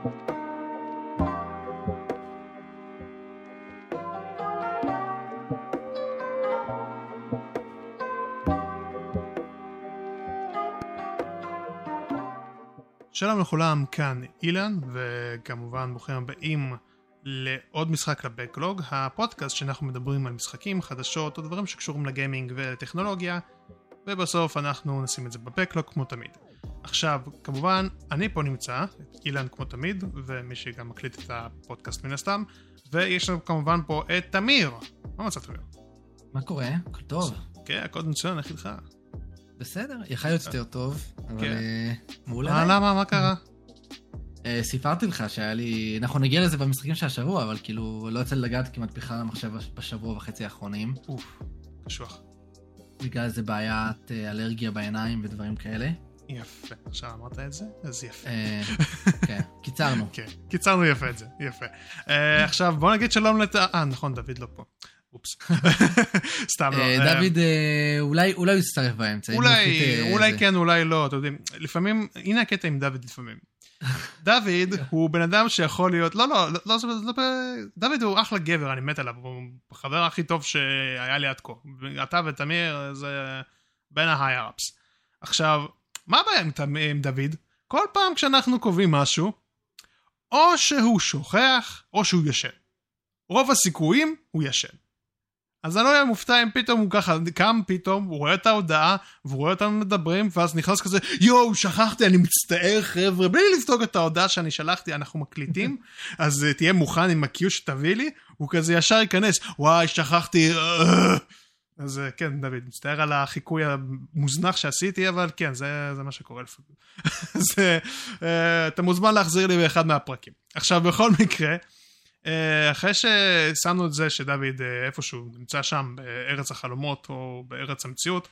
שלום לכולם, כאן אילן, וכמובן ברוכים הבאים לעוד משחק לבקלוג, הפודקאסט שאנחנו מדברים על משחקים, חדשות או דברים שקשורים לגיימינג ולטכנולוגיה, ובסוף אנחנו נשים את זה בבקלוג כמו תמיד. עכשיו, כמובן, אני פה נמצא, אילן כמו תמיד, ומי שגם מקליט את הפודקאסט מן הסתם, ויש לנו כמובן פה את תמיר. מה מצאת תמיר? מה קורה? הכל טוב. כן, הכל מצוין, איך איתך? בסדר, יכול להיות יותר טוב, אבל מעולה. למה? מה קרה? סיפרתי לך שהיה לי, אנחנו נגיע לזה במשחקים של השבוע, אבל כאילו לא יצא לי לגעת כמעט בכלל למחשב בשבוע וחצי האחרונים. קשוח. בגלל זה בעיית אלרגיה בעיניים ודברים כאלה. יפה, עכשיו אמרת את זה? אז יפה. כן, קיצרנו. כן, קיצרנו יפה את זה, יפה. עכשיו בוא נגיד שלום נכון, דוד לא פה. אופס. סתם לא. דוד, אולי הוא יצטרף באמצע. אולי כן, אולי לא, אתה יודעים. לפעמים, הנה הקטע עם דוד לפעמים. דוד הוא בן אדם שיכול להיות, לא, דוד הוא אחלה גבר, אני מת עליו, הוא החבר הכי טוב שהיה לי עד כה. אתה ותמיר זה בין ההיי-אפס. עכשיו, מה הבעיה עם דוד? כל פעם כשאנחנו קובעים משהו, או שהוא שוכח, או שהוא ישן. רוב הסיכויים הוא ישן. אז אני לא היה מופתע אם פתאום הוא ככה קם פתאום, הוא רואה את ההודעה, והוא רואה אותנו מדברים, ואז נכנס כזה, יואו, שכחתי, אני מצטער חבר'ה, בלי לבדוק את ההודעה שאני שלחתי, אנחנו מקליטים, אז תהיה מוכן עם הקיו שתביא לי, הוא כזה ישר ייכנס, וואי, שכחתי, אז כן, דוד, מצטער על החיקוי המוזנח שעשיתי, אבל כן, זה מה שקורה לפעמים. אז אתה מוזמן להחזיר לי באחד מהפרקים. עכשיו, בכל מקרה, אחרי ששמנו את זה שדוד איפשהו נמצא שם בארץ החלומות או בארץ המציאות,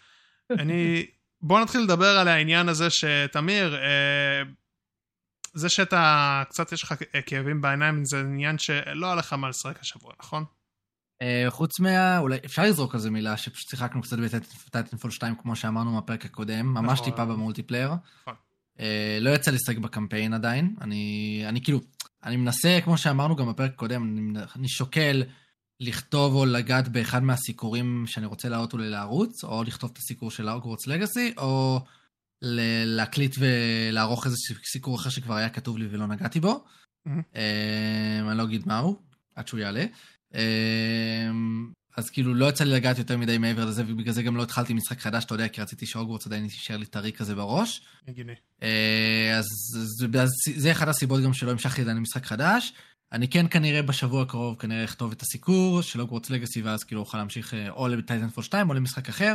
בוא נתחיל לדבר על העניין הזה שתמיר, זה שאתה קצת יש לך כאבים בעיניים, זה עניין שלא היה לך מה לשחק השבוע, נכון? חוץ אולי אפשר לזרוק על זה מילה שפשוט שיחקנו קצת בטייטנפול 2 כמו שאמרנו מהפרק הקודם, ממש טיפה במולטיפלייר. לא יצא לשחק בקמפיין עדיין, אני מנסה, כמו שאמרנו גם בפרק קודם, אני שוקל לכתוב או לגעת באחד מהסיקורים שאני רוצה להעלות אולי לערוץ, או לכתוב את הסיקור של הוגוורטס לגאסי, או להקליט ולערוך איזה סיקור אחר שכבר היה כתוב לי ולא נגעתי בו. אני לא אגיד מהו, עד שהוא יעלה. אז כאילו לא יצא לי לגעת יותר מדי מעבר לזה, ובגלל זה גם לא התחלתי משחק חדש, אתה יודע, כי רציתי שהוגוורטס עדיין יישאר לי טרי כזה בראש. הגיוני. אז זה אחד הסיבות גם שלא המשכתי עדיין למשחק חדש. אני כן כנראה בשבוע הקרוב, כנראה אכתוב את הסיקור של הוגוורטס לגאסי, ואז כאילו אוכל להמשיך או לטייטנפול 2 או למשחק אחר.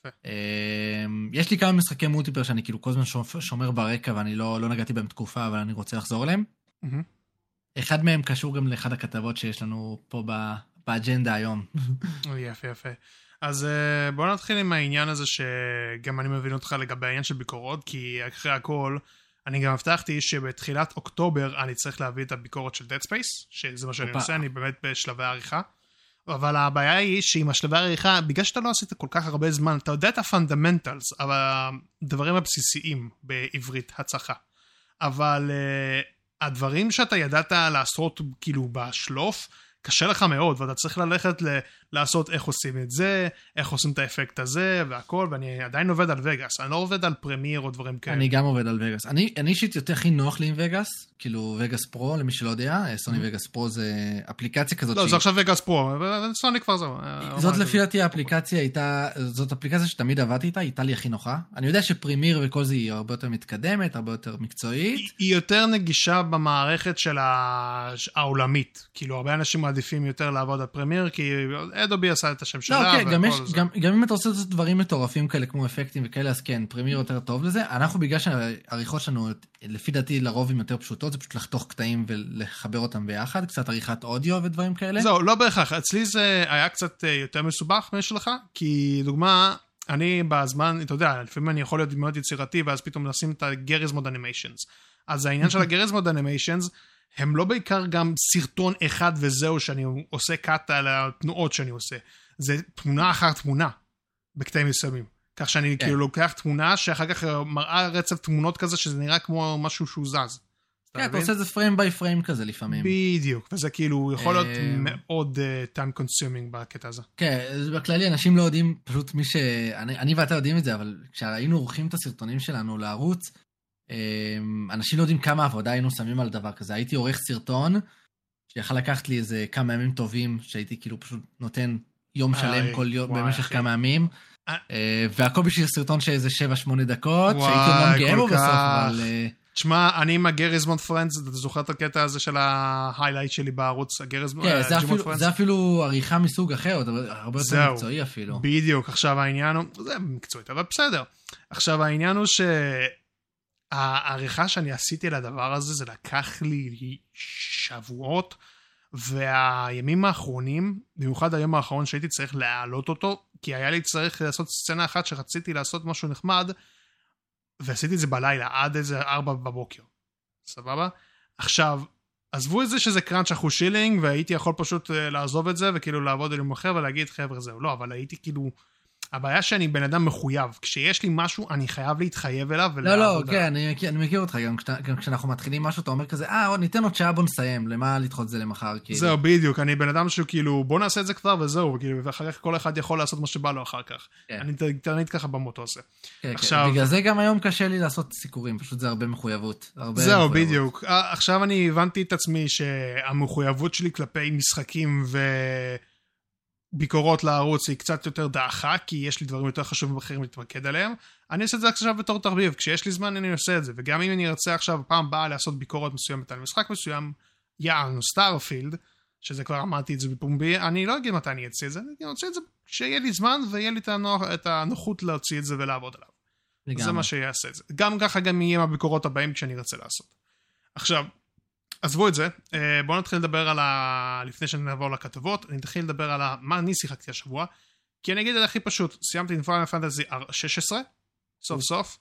יש לי כמה משחקי מולטיפלייר שאני כאילו כל הזמן שומר ברקע, ואני לא נגעתי בהם תקופה, אבל אני רוצה לחזור אליהם. אחד מהם קשור גם לאחד הכתבות שיש לנו פה באג'נדה היום. יפה, יפה. אז בואו נתחיל עם העניין הזה שגם אני מבין אותך לגבי העניין של ביקורות, כי אחרי הכל, אני גם הבטחתי שבתחילת אוקטובר אני צריך להביא את הביקורת של Dead Space, שזה מה שאני עושה, אני באמת בשלבי העריכה. אבל הבעיה היא שעם השלבי העריכה, בגלל שאתה לא עשית כל כך הרבה זמן, אתה יודע את הפונדמנטלס, הדברים הבסיסיים בעברית הצחה. אבל הדברים שאתה ידעת לעשות כאילו בשלוף, קשה לך מאוד, ואתה צריך ללכת לעשות איך עושים את זה, איך עושים את האפקט הזה, והכל, ואני עדיין עובד על וגאס, אני לא עובד על פרמיר או דברים כאלה. אני גם עובד על וגאס. אני אישית יותר הכי נוח לי עם וגאס, כאילו וגאס פרו, למי שלא יודע, סוני וגאס פרו זה אפליקציה כזאת. לא, זה עכשיו וגאס פרו, סוני כבר זהו. זאת לפי דעתי האפליקציה הייתה, זאת אפליקציה שתמיד עבדתי איתה, הייתה לי הכי נוחה. אני יודע שפרמיר וכל זה היא הרבה יותר מתקדמת, הרבה יותר מקצועית. היא יותר נגישה במערכת של העולמית, כאילו הרבה אנשים מעדיפים יותר לעבוד על פרמיר, כי אדובי עשה את השם שלה. לא, גם אם אתה עושה דברים מטורפים כאלה, כמו אפקטים וכאלה, אז כן, פרמיר יותר טוב לזה. אנחנו בגלל שהעריכות שלנו, לפי דעתי לרוב הן יותר פשוטות, זה פשוט לחתוך קטעים ולחבר אותם ביחד, קצת עריכת אודיו ודברים כאלה. זהו, לא בהכרח. אצלי זה היה קצת יותר מסובך משלך, כי דוגמה, אני בזמן, אתה יודע, לפעמים אני יכול להיות מאוד יצירתי, ואז פתאום נשים את הגריז מוד אנימיישנס. אז העניין של הגריז מוד אנימיישנס, הם לא בעיקר גם סרטון אחד וזהו שאני עושה קאט על התנועות שאני עושה. זה תמונה אחר תמונה, בקטעים מסוימים. כך שאני כאילו לוקח תמונה שאחר כך מראה רצף תמונות כזה, שזה נראה כמו משהו שהוא זז. אתה עושה את זה פריים ביי פריים כזה לפעמים. בדיוק, וזה כאילו יכול להיות מאוד time consuming בקטע הזה. כן, בכללי אנשים לא יודעים, פשוט אני ואתה יודעים את זה, אבל כשהיינו עורכים את הסרטונים שלנו לערוץ, אנשים לא יודעים כמה עבודה היינו שמים על דבר כזה. הייתי עורך סרטון, שיכל לקחת לי איזה כמה ימים טובים, שהייתי כאילו פשוט נותן יום שלם כל יום במשך כמה ימים, והכל בשביל סרטון שאיזה 7-8 דקות, שהייתי אומנם גאה בו בסוף, אבל... תשמע, אני עם הגריזמונד פרנדס, אתה זוכר את הקטע הזה של ההיילייט שלי בערוץ, הגריזמונד פרנדס? זה אפילו עריכה מסוג אחר, הרבה יותר מקצועי אפילו. בדיוק, עכשיו העניין הוא, זה מקצועית, אבל בסדר. עכשיו העניין הוא שהעריכה שאני עשיתי לדבר הזה, זה לקח לי שבועות, והימים האחרונים, במיוחד היום האחרון שהייתי צריך להעלות אותו, כי היה לי צריך לעשות סצנה אחת שרציתי לעשות משהו נחמד, ועשיתי את זה בלילה, עד איזה 4 בבוקר. סבבה? עכשיו, עזבו את זה שזה קראנץ' אחוז שילינג, והייתי יכול פשוט לעזוב את זה, וכאילו לעבוד על יום אחר, ולהגיד חבר'ה זהו. לא, אבל הייתי כאילו... הבעיה שאני בן אדם מחויב. כשיש לי משהו, אני חייב להתחייב אליו לא, כן, אני מכיר אותך. גם כשאנחנו מתחילים משהו, אתה אומר כזה, ניתן עוד שעה, בוא נסיים. למה לדחות זה למחר? זהו, בדיוק. אני בן אדם שהוא כאילו, בוא נעשה את זה כבר וזהו, ואחר כך כל אחד יכול לעשות מה שבא לו אחר כך. אני תמיד ככה במוטו הזה. בגלל זה גם היום קשה לי לעשות סיקורים, פשוט זה הרבה מחויבות. זהו, בדיוק. עכשיו אני הבנתי את עצמי שהמחויבות שלי כלפי משחקים ביקורות לערוץ היא קצת יותר דעכה, כי יש לי דברים יותר חשובים אחרים להתמקד עליהם. אני עושה את זה עכשיו בתור תרביב, כשיש לי זמן אני עושה את זה, וגם אם אני ארצה עכשיו פעם באה לעשות ביקורות מסוימת על משחק מסוים, יענו סטארפילד, שזה כבר אמרתי את זה בפומבי, אני לא אגיד מתי אני אצא את זה, אני רוצה את זה שיהיה לי זמן, ויהיה לי את הנוחות להוציא את זה ולעבוד עליו. לגמרי. זה מה שיעשה את זה. גם ככה גם יהיה מהביקורות הבאים כשאני ארצה לעשות. עכשיו, עזבו את זה, בואו נתחיל לדבר על לפני שנעבור לכתבות, אני אתחיל לדבר על מה אני שיחקתי השבוע, כי אני אגיד את זה הכי פשוט, סיימתי עם פיינל פנטזי 16, סוף סוף,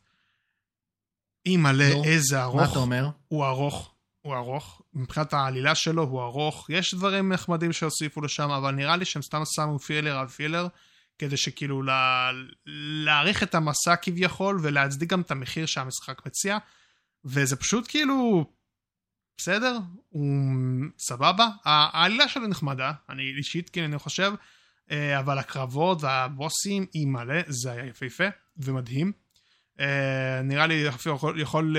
מלא איזה ארוך, מה אתה אומר? הוא ארוך, מבחינת העלילה שלו הוא ארוך, יש דברים נחמדים שהוסיפו לשם, אבל נראה לי שהם סתם שמו פילר על פילר, כדי שכאילו להעריך את המסע כביכול, ולהצדיק גם את המחיר שהמשחק מציע, וזה פשוט כאילו... בסדר? הוא סבבה. העלילה שלו נחמדה, אני אישית כן אני חושב, אבל הקרבות והבוסים היא מלא, זה היה יפהפה ומדהים. נראה לי יכול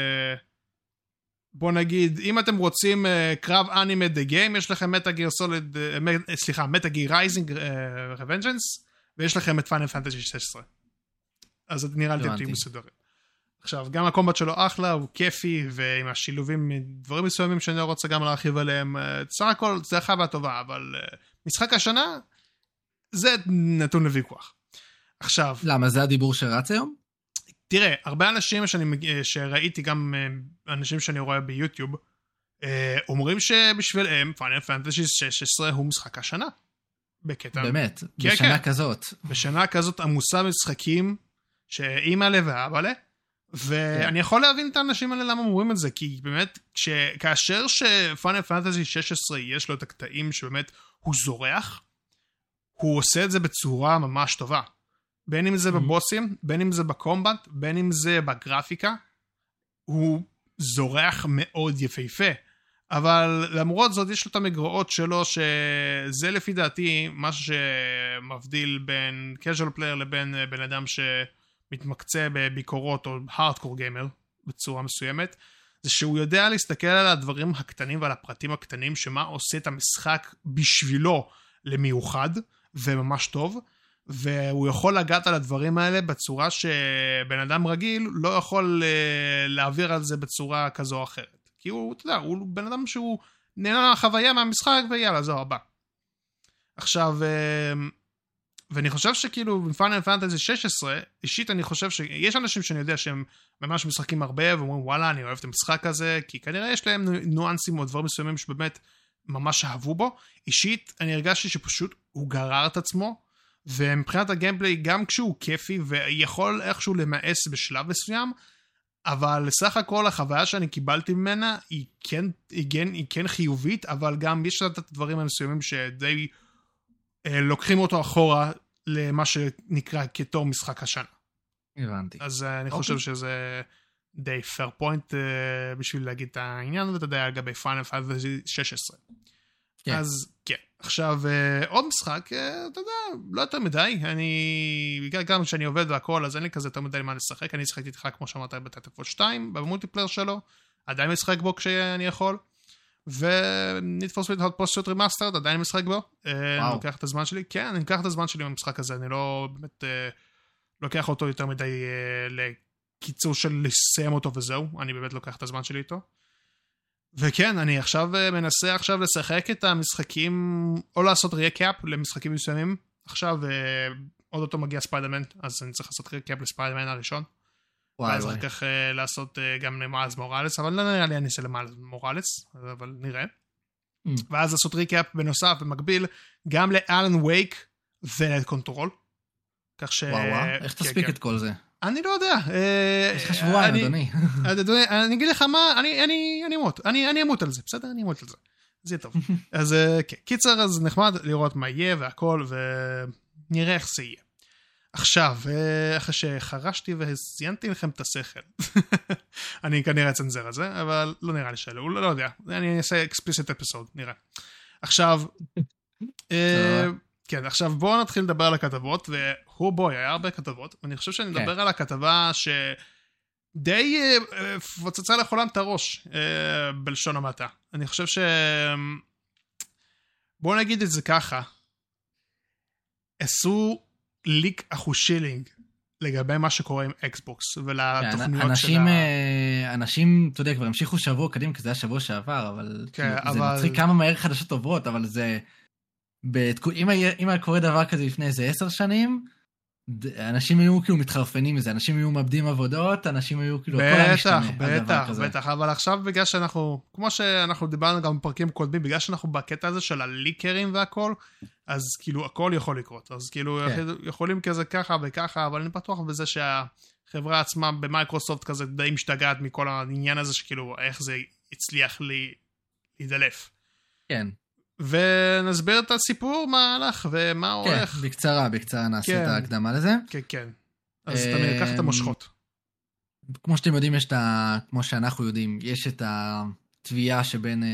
בוא נגיד, אם אתם רוצים קרב אנימה דה גיים, יש לכם מטאגיר סוליד, מטאגיר רייזינג רבנג'נס, ויש לכם את פיינל פנטזי 16. אז נראה לי תהיו מסודרים. עכשיו, גם הקומבט שלו אחלה, הוא כיפי, ועם השילובים, דברים מסוימים שאני לא רוצה גם להרחיב עליהם, סך הכל זה חווה טובה, אבל משחק השנה, זה נתון לוויכוח. עכשיו... למה, זה הדיבור שרץ היום? תראה, הרבה אנשים שראיתי, גם אנשים שאני רואה ביוטיוב, אומרים שבשבילם, פיינל פנטזי 16 הוא משחק השנה. בקטע. באמת, בשנה כזאת. בשנה כזאת עמוסה משחקים, שאימא לה ואבא לה, ואני יכול להבין את האנשים האלה למה אומרים את זה, כי באמת, כאשר שפיינל פנטזי 16 יש לו את הקטעים שבאמת הוא זורח, הוא עושה את זה בצורה ממש טובה. בין אם זה בבוסים, בין אם זה בקומבט, בין אם זה בגרפיקה, הוא זורח מאוד יפהפה. אבל למרות זאת יש לו את המגרעות שלו, שזה לפי דעתי משהו שמבדיל בין casual player לבין בן אדם מתמקצה בביקורות או הארדקור גיימר בצורה מסוימת, זה שהוא יודע להסתכל על הדברים הקטנים ועל הפרטים הקטנים, שמה עושה את המשחק בשבילו למיוחד וממש טוב, והוא יכול לגעת על הדברים האלה בצורה שבן אדם רגיל לא יכול להעביר על זה בצורה כזו או אחרת. כי הוא, אתה יודע, הוא בן אדם שהוא נהנה מהחוויה מהמשחק ויאללה, זו הבא. עכשיו... ואני חושב שכאילו בפיינל פנטזי 16, אישית אני חושב שיש אנשים שאני יודע שהם ממש משחקים הרבה, ואומרים וואלה אני אוהב את המשחק הזה, כי כנראה יש להם ניואנסים או דברים מסוימים שבאמת ממש אהבו בו. אישית אני הרגשתי שפשוט הוא גרר את עצמו, ומבחינת הגיימפליי גם כשהוא כיפי ויכול איכשהו למאס בשלב מסוים, אבל סך הכל החוויה שאני קיבלתי ממנה היא כן חיובית, אבל גם יש את הדברים המסוימים שדי לוקחים אותו אחורה למה שנקרא כתור משחק השנה. הבנתי. אז אני חושב שזה די פייר פוינט בשביל להגיד את העניין, ואתה יודע, לגבי פיינל פנטסי 16. אז כן, עכשיו עוד משחק, אתה יודע, לא יותר מדי, גם כשאני עובד והכל, אז אין לי כזה יותר מדי מה לשחק, אני שחקתי איתך כמו שאמרת בטייטלפוד 2, במולטיפלייר שלו, עדיין משחק בו כשאני יכול, ו-Need for Speed Hot Pursuit Remastered, עדיין משחק בו, אני לוקח את הזמן שלי, כן, אני לוקח את הזמן שלי במשחק הזה, אני לא באמת לוקח אותו יותר מדי לקיצור של לסיים אותו וזהו, אני באמת לוקח את הזמן שלי איתו. וכן, אני עכשיו מנסה לשחק את המשחקים, או לעשות ריקאפ למשחקים מסוימים. עכשיו, עוד אותו מגיע ספיידרמן, אז אני צריך לעשות ריקאפ לספיידרמן הראשון. ואז רק כך לעשות גם למאלס מוראלס, אבל לא נראה לי אני אעשה למאלס מוראלס, אבל נראה. ואז לעשות ריקאפ בנוסף, במקביל, גם לאלן וייק ונטקונטרול. כך ש... וואו, איך תספיק את כל זה? אני לא יודע. יש לך שבועיים, אדוני. אני אגיד לך מה, אני אמות על זה, בסדר? אני אמות על זה. זה יהיה טוב. אז קיצר, אז נחמד לראות מה יהיה והכל, ונראה איך זה יהיה. עכשיו, אחרי שחרשתי והזיינתי לכם את השכל, אני כנראה אצנזר על זה, אבל לא נראה לי שאלו, לא יודע. אני אעשה explicit episode, נראה. עכשיו, כן, עכשיו בואו נתחיל לדבר על הכתבות, והוא בוי, היה הרבה כתבות, ואני חושב שאני מדבר על הכתבה שדי פוצצה לכולם את הראש בלשון המעטה. אני חושב בואו נגיד את זה ככה, עשו ליק אחושילינג לגבי מה שקורה עם אקסבוקס, ולתוכניות שלה. אנשים, אתה יודע, כבר המשיכו שבוע קדימה, כי זה היה שבוע שעבר, אבל זה מצחיק כמה מהר חדשות עוברות, אבל זה... אם היה קורה דבר כזה לפני איזה 10 שנים, אנשים היו כאילו מתחרפנים מזה, אנשים היו מאבדים עבודות, אנשים היו כאילו... בטח, אבל עכשיו בגלל שאנחנו, כמו שאנחנו דיברנו גם בפרקים קודמים, בגלל שאנחנו בקטע הזה של הליקרים והכל, אז כאילו הכל יכול לקרות, אז כאילו יכולים כזה ככה וככה, אבל אני בטוח בזה שהחברה עצמה במייקרוסופט כזה די משתגעת מכל העניין הזה, שכאילו איך זה הצליח להידלף. כן. ונסביר את הסיפור, מה הלך ומה הולך. כן, בקצרה נעשה את ההקדמה לזה. כן. אז תמיד קח את המושכות. כמו שאתם יודעים, כמו שאנחנו יודעים, יש את התביעה שבין,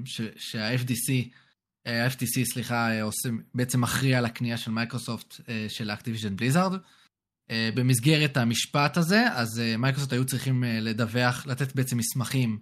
שה-FTC, סליחה, בעצם מכריע על הקנייה של מייקרוסופט של אקטיביז'ן בליזארד. במסגרת המשפט הזה, אז מייקרוסופט היו צריכים לדווח, לתת בעצם מסמכים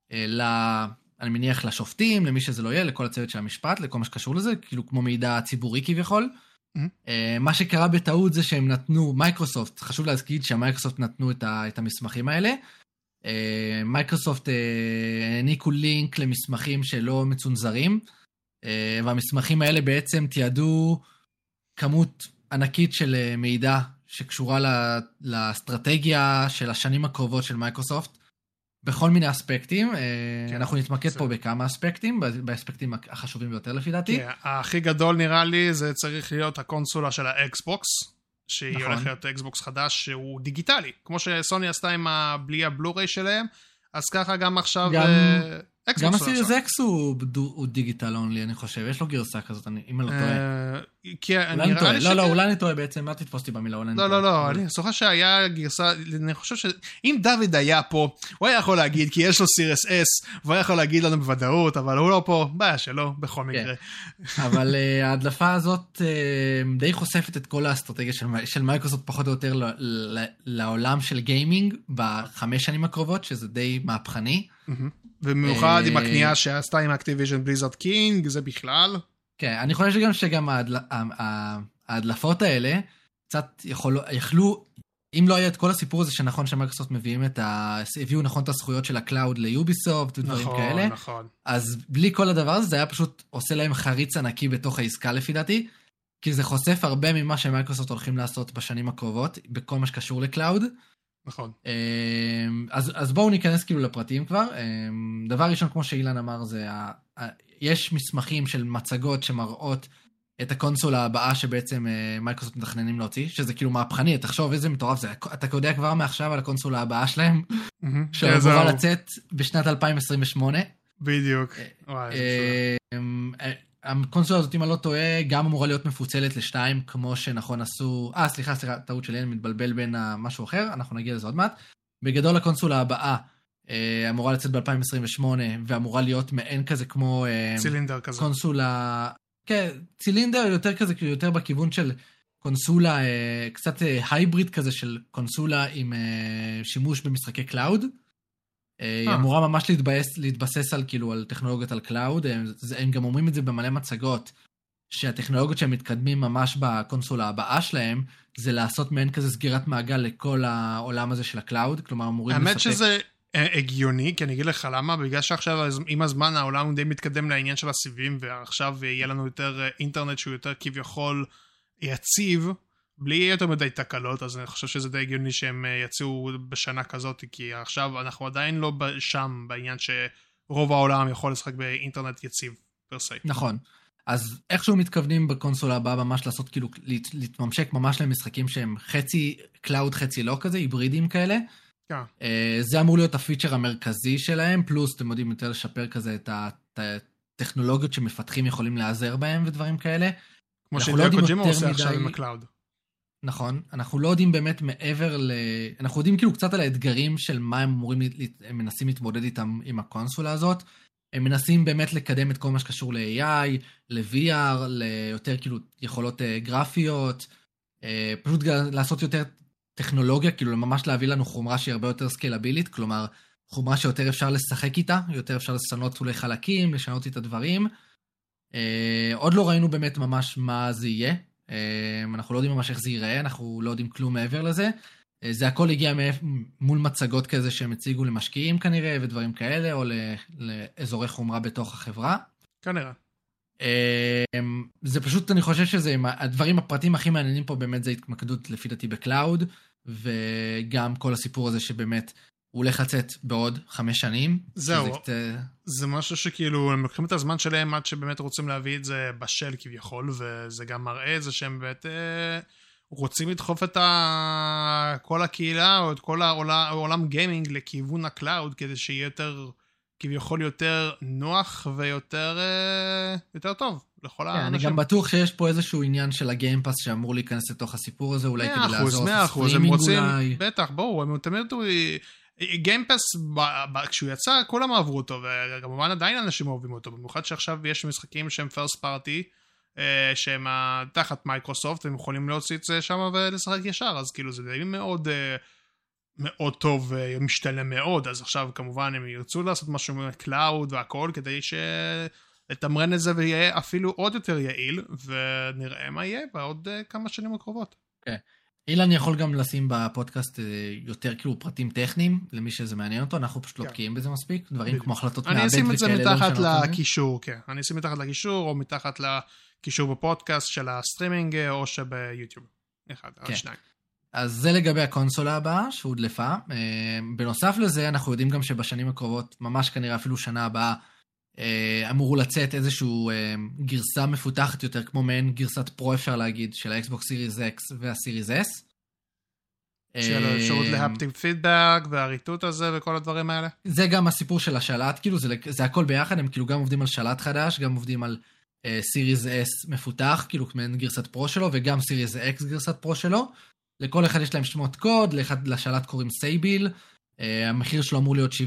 אני מניח לשופטים, למי שזה לא יהיה, לכל הצוות של המשפט, לכל מה שקשור לזה, כאילו כמו מידע ציבורי כביכול. מה שקרה בטעות זה שהם נתנו, מייקרוסופט, חשוב להזכיר שהמייקרוסופט נתנו את המסמכים האלה. מייקרוסופט העניקו לינק למסמכים שלא מצונזרים, והמסמכים האלה בעצם תיעדו כמות ענקית של מידע שקשורה לאסטרטגיה של השנים הקרובות של מייקרוסופט, בכל מיני אספקטים, אנחנו נתמקד פה בכמה אספקטים, באספקטים החשובים ביותר לפי דעתי. הכי גדול נראה לי זה צריך להיות הקונסולה של האקסבוקס, שהיא הולכת להיות אקסבוקס חדש שהוא דיגיטלי, כמו שסוני עשתה בלי הבלוריי שלהם, אז ככה גם עכשיו גם הסיריוס אקס הוא דיגיטל אונלי, אני חושב, יש לו גרסה כזאת, אם אני לא טועה. אולי אני טועה בעצם, מה תתפוסתי במילה? לא, אני זוכר שהיה גרסה, אני חושב שאם דוד היה פה, הוא היה יכול להגיד, כי יש לו סיריוס אס, והוא היה יכול להגיד לנו בוודאות, אבל הוא לא פה, בעיה שלא, בכל מקרה. אבל ההדלפה הזאת די חושפת את כל האסטרטגיה של מייקרוסופט, פחות או יותר לעולם של גיימינג, ב5 שנים הקרובות, שזה די מהפכני. ובמיוחד עם הקנייה שעשתה עם אקטיביז'ן בליזארד קינג, זה בכלל. כן, אני חושב שגם ההדלפות האלה, קצת יכלו, אם לא היה את כל הסיפור הזה שנכון שמייקרוסופט הביאו נכון את הזכויות של הקלאוד ליוביסופט ודברים כאלה, אז בלי כל הדבר הזה, זה היה פשוט עושה להם חריץ ענקי בתוך העסקה לפי דעתי, כי זה חושף הרבה ממה שמייקרוסופט הולכים לעשות בשנים הקרובות, בכל מה שקשור לקלאוד. נכון. אז בואו ניכנס כאילו לפרטים כבר. דבר ראשון, כמו שאילן אמר, זה יש מסמכים של מצגות שמראות את הקונסולה הבאה שבעצם מייקרוסופט מתכננים להוציא, שזה כאילו מהפכני, תחשוב איזה מטורף זה. אתה יודע כבר מעכשיו על הקונסולה הבאה שלהם, שאמורה לצאת בשנת 2028. בדיוק. הקונסולה הזאת, אם אני לא טועה, גם אמורה להיות מפוצלת לשתיים, כמו שנכון עשו... סליחה, טעות שלי, אני מתבלבל בין משהו אחר, אנחנו נגיע לזה עוד מעט. בגדול הקונסולה הבאה אמורה לצאת ב-2028, ואמורה להיות מעין כזה כמו... צילינדר כזה. קונסולה... כן, צילינדר יותר כזה, יותר בכיוון של קונסולה, קצת הייבריד כזה של קונסולה עם שימוש במשחקי קלאוד. היא אמורה ממש להתבסס על, כאילו, על טכנולוגיות על קלאוד. הם גם אומרים את זה במלא מצגות, שהטכנולוגיות שהם מתקדמים ממש בקונסולה הבאה שלהם, זה לעשות מעין כזה סגירת מעגל לכל העולם הזה של הקלאוד, כלומר אמורים לספק... האמת שזה הגיוני, כי אני אגיד לך למה, בגלל שעכשיו עם הזמן העולם די מתקדם לעניין של הסיבים, ועכשיו יהיה לנו יותר אינטרנט שהוא יותר כביכול יציב, בלי יותר מדי תקלות, אז אני חושב שזה די הגיוני שהם יציעו בשנה כזאת, כי עכשיו אנחנו עדיין לא שם בעניין שרוב העולם יכול לשחק באינטרנט יציב פרסי. נכון. אז איכשהו מתכוונים בקונסולה הבאה ממש לעשות כאילו, להתממשק ממש למשחקים שהם חצי קלאוד, חצי לא כזה, היברידים כאלה. כן. זה אמור להיות הפיצ'ר המרכזי שלהם, פלוס אתם יודעים יותר לשפר כזה את הטכנולוגיות שמפתחים יכולים לעזר בהם ודברים כאלה. כמו שדיאו קוג'ימה עושה עכשיו עם הקלאוד. נכון, אנחנו לא יודעים באמת מעבר אנחנו יודעים כאילו קצת על האתגרים של מה הם אמורים, הם מנסים להתמודד איתם עם הקונסולה הזאת. הם מנסים באמת לקדם את כל מה שקשור ל-AI, ל-VR, ליותר כאילו יכולות גרפיות, פשוט לעשות יותר טכנולוגיה, כאילו ממש להביא לנו חומרה שהיא הרבה יותר סקיילבילית, כלומר חומרה שיותר אפשר לשחק איתה, יותר אפשר לשנות אולי חלקים, לשנות את הדברים. עוד לא ראינו באמת ממש מה זה יהיה, אנחנו לא יודעים ממש איך זה ייראה, אנחנו לא יודעים כלום מעבר לזה. זה הכל הגיע מול מצגות כזה שהם הציגו למשקיעים כנראה, ודברים כאלה, או לאזורי חומרה בתוך החברה. כנראה. זה פשוט, אני חושב שזה, הדברים הפרטים הכי מעניינים פה באמת זה התמקדות לפי דעתי בקלאוד, וגם כל הסיפור הזה שבאמת הוא הולך לצאת בעוד 5 שנים. זהו, זה משהו שכאילו, הם לוקחים את הזמן שלהם עד שבאמת רוצים להביא את זה בשל כביכול, וזה גם מראה את זה שהם באמת... רוצים לדחוף את כל הקהילה או את כל העולם גיימינג לכיוון הקלאוד, כדי שיהיה יותר, כביכול יותר נוח ויותר טוב לכל האנשים. אני גם בטוח שיש פה איזשהו עניין של הגיימפאס שאמור להיכנס לתוך הסיפור הזה, אולי כדי לעזור סטרימינג אולי. בטח, ברור, הם תמיד גיימפאס, כשהוא יצא, כולם אהבו אותו, וכמובן עדיין אנשים אוהבים אותו, במיוחד שעכשיו יש משחקים שהם first party, שהם תחת מייקרוסופט, הם יכולים להוציא את זה שם ולשחק ישר, אז כאילו זה די מאוד מאוד טוב ומשתלם מאוד, אז עכשיו כמובן הם ירצו לעשות משהו קלאוד והכל, כדי לתמרן את זה ויהיה אפילו עוד יותר יעיל, ונראה מה יהיה בעוד כמה שנים הקרובות. כן. אילן יכול גם לשים בפודקאסט יותר כאילו פרטים טכניים, למי שזה מעניין אותו, אנחנו פשוט לא בקיאים בזה מספיק, דברים כמו החלטות מעבד וכאלה. אני אשים את זה מתחת לקישור, כן. אני אשים מתחת לקישור, או מתחת לקישור בפודקאסט של הסטרימינג, או שביוטיוב. אחד, עוד שניים. אז זה לגבי הקונסולה הבאה, שהודלפה. בנוסף לזה, אנחנו יודעים גם שבשנים הקרובות, ממש כנראה אפילו שנה הבאה, אמורו לצאת איזשהו גרסה מפותחת יותר, כמו מעין גרסת פרו אפשר להגיד, של האקסבוקס סיריס X והסיריס S. של אפשרות להפטיק פידבק והריטוט הזה וכל הדברים האלה. זה גם הסיפור של השלט, כאילו זה הכל ביחד, הם כאילו גם עובדים על שלט חדש, גם עובדים על סיריס S מפותח, כאילו מעין גרסת פרו שלו, וגם סיריס X גרסת פרו שלו. לכל אחד יש להם שמות קוד, לשלט קוראים סייביל, המחיר שלו אמור להיות $70.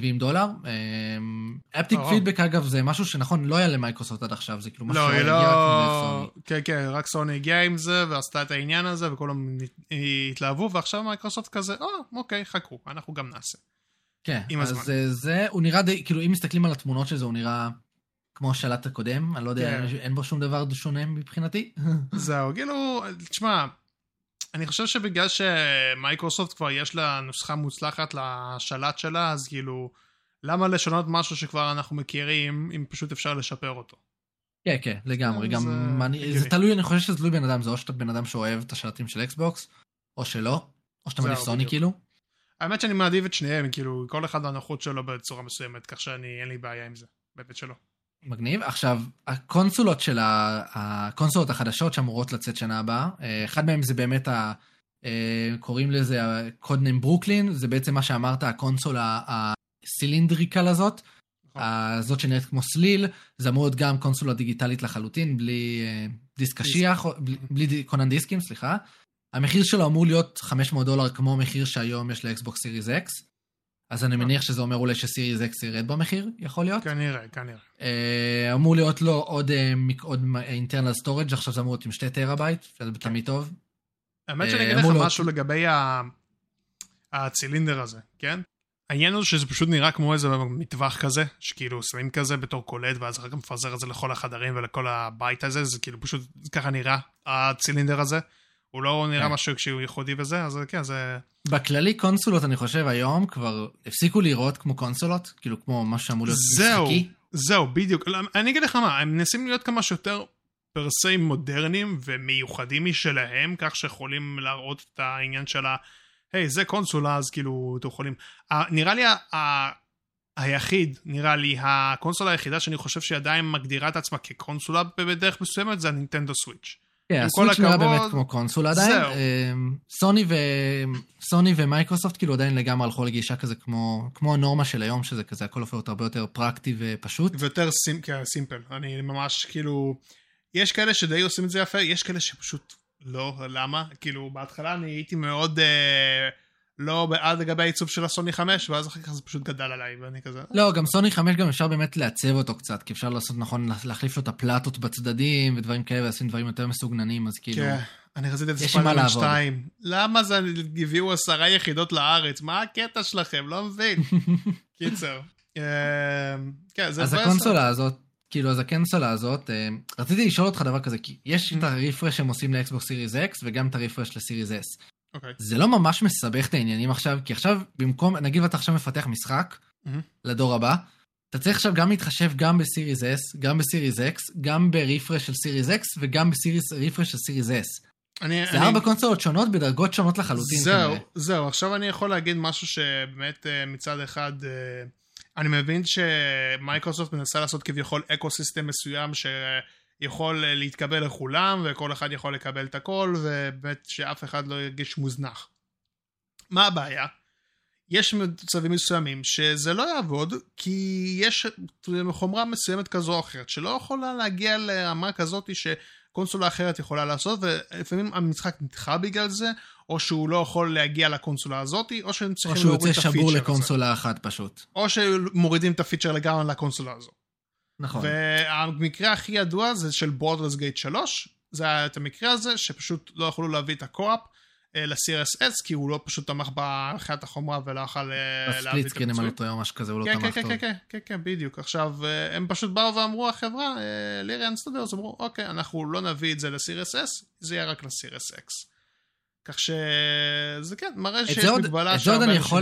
אפטיק פידבק אגב זה משהו שנכון לא היה למייקרוסופט עד עכשיו, זה כאילו משהו שהגיע רק סוני. כן, כן, רק סוני הגיעה עם זה ועשתה את העניין הזה וכולם התלהבו, ועכשיו מייקרוסופט כזה, אוקיי, חכו, אנחנו גם נעשה. כן, אז זה, הוא נראה די, כאילו אם מסתכלים על התמונות של זה, הוא נראה כמו השלט הקודם, אני לא יודע, אין בו שום דבר שונה מבחינתי. זהו, כאילו, תשמע, אני חושב שבגלל שמייקרוסופט כבר יש לה נוסחה מוצלחת לשלט שלה, אז כאילו, למה לשנות משהו שכבר אנחנו מכירים, אם פשוט אפשר לשפר אותו? כן, כן, לגמרי. גם זה תלוי, אני חושב שזה תלוי בן אדם, זה או שאתה בן אדם שאוהב את השלטים של אקסבוקס, או שלא, או שאתה מעדיף סוני כאילו. האמת שאני מעדיף את שניהם, כאילו, כל אחד הנוחות שלו בצורה מסוימת, כך שאין לי בעיה עם זה, באמת שלא. מגניב. עכשיו, הקונסולות של הקונסולות החדשות שאמורות לצאת שנה הבאה, אחד מהם זה באמת, קוראים לזה קוד ניים ברוקלין, זה בעצם מה שאמרת, הקונסולה הסילינדריקל הזאת, הזאת שנראית כמו סליל, זה אמור להיות גם קונסולה דיגיטלית לחלוטין, בלי דיסק קשיח, בלי קונן דיסקים, סליחה. המחיר שלו אמור להיות $500 כמו המחיר שהיום יש לאקסבוקס סיריס X. אז אני מניח שזה אומר אולי שסיריס אקס ירד במחיר, יכול להיות? כנראה. אמור להיות לו עוד internal storage, עכשיו זה אמור להיות עם 2 טראבייט, זה תמיד טוב. האמת שאני אגיד לך משהו לגבי הצילינדר הזה, כן? העניין הוא שזה פשוט נראה כמו איזה מטווח כזה, שכאילו שמים כזה בתור קולט, ואז אחר כך מפזר את זה לכל החדרים ולכל הבית הזה, זה כאילו פשוט ככה נראה, הצילינדר הזה. הוא לא נראה משהו כשהוא ייחודי וזה, אז כן, זה... בכללי קונסולות, אני חושב, היום כבר הפסיקו לראות כמו קונסולות, כאילו כמו משהו שאמור להיות משחקי. זהו, בדיוק. אני אגיד לך מה, הם מנסים להיות כמה שיותר פרסי מודרניים ומיוחדים משלהם, כך שיכולים להראות את העניין של היי, זה קונסולה, אז כאילו, אתם יכולים... נראה לי נראה לי, הקונסולה היחידה שאני חושב שהיא עדיין מגדירה את עצמה כקונסולה בדרך מסוימת, זה הנינטנדו סוויץ'. כן, הסוויץ' נראה באמת כמו קונסולה עדיין. סוני ומייקרוסופט כאילו עדיין לגמרי הלכו לגישה כזה כמו הנורמה של היום, שזה כזה הכל הופך הרבה יותר פרקטי ופשוט. ויותר סימפל. אני ממש כאילו... יש כאלה שדי עושים את זה יפה, יש כאלה שפשוט לא, למה? כאילו בהתחלה אני הייתי מאוד... לא בעד לגבי העיצוב של הסוני 5, ואז אחר כך זה פשוט גדל עליי, ואני כזה... לא, גם סוני 5 גם אפשר באמת לעצב אותו קצת, כי אפשר לעשות נכון, להחליף לו את הפלטות בצדדים, ודברים כאלה, ועשים דברים יותר מסוגננים, אז כאילו... כן, אני רציתי את ספיידרמן 2. למה זה הביאו 10 יחידות לארץ? מה הקטע שלכם? לא מבין. קיצר. אז הקונסולה הזאת, רציתי לשאול אותך דבר כזה, כי יש את הרפרש שהם עושים לאקסבוקס סיריס אקס, וגם את הרפרש לסיריס אס. זה לא ממש מסבך את העניינים עכשיו, כי עכשיו במקום, נגיד ואתה עכשיו מפתח משחק לדור הבא, אתה צריך עכשיו גם להתחשב גם בסיריס S, גם בסיריס X, גם ברפרש של סיריס X, וגם ברפרש של סיריס S. זה 4 קונסולות שונות בדרגות שונות לחלוטין. זהו, עכשיו אני יכול להגיד משהו שבאמת מצד אחד, אני מבין שמייקרוסופט מנסה לעשות כביכול אקוסיסטם מסוים יכול להתקבל לכולם, וכל אחד יכול לקבל את הכל, ובאמת שאף אחד לא ירגיש מוזנח. מה הבעיה? יש מצבים מסוימים שזה לא יעבוד, כי יש חומרה מסוימת כזו או אחרת, שלא יכולה להגיע לרמה כזאת שקונסולה אחרת יכולה לעשות, ולפעמים המשחק נדחה בגלל זה, או שהוא לא יכול להגיע לקונסולה הזאת, או שהם צריכים להוריד את הפיצ'ר. או שהוא יוצא שבור לקונסולה אחת פשוט. או שמורידים את הפיצ'ר לגמרי לקונסולה הזו. נכון. והמקרה הכי ידוע זה של Baldur's Gate 3, זה היה את המקרה הזה שפשוט לא יכולו להביא את הקו-אפ ל-CRS-S, כי הוא לא פשוט תמך בהנחיית החומרה ולא יכול להביא את הביצוע. הספליט סקרין או משהו כזה, הוא לא תמך טוב. כן, בדיוק. עכשיו, הם פשוט באו ואמרו, החברה, ליריאן סטודיוס, אמרו, אוקיי, אנחנו לא נביא את זה ל-CRS-S, זה יהיה רק ל-CRS-X. כך שזה כן, מראה שיש מגבלה. את זה עוד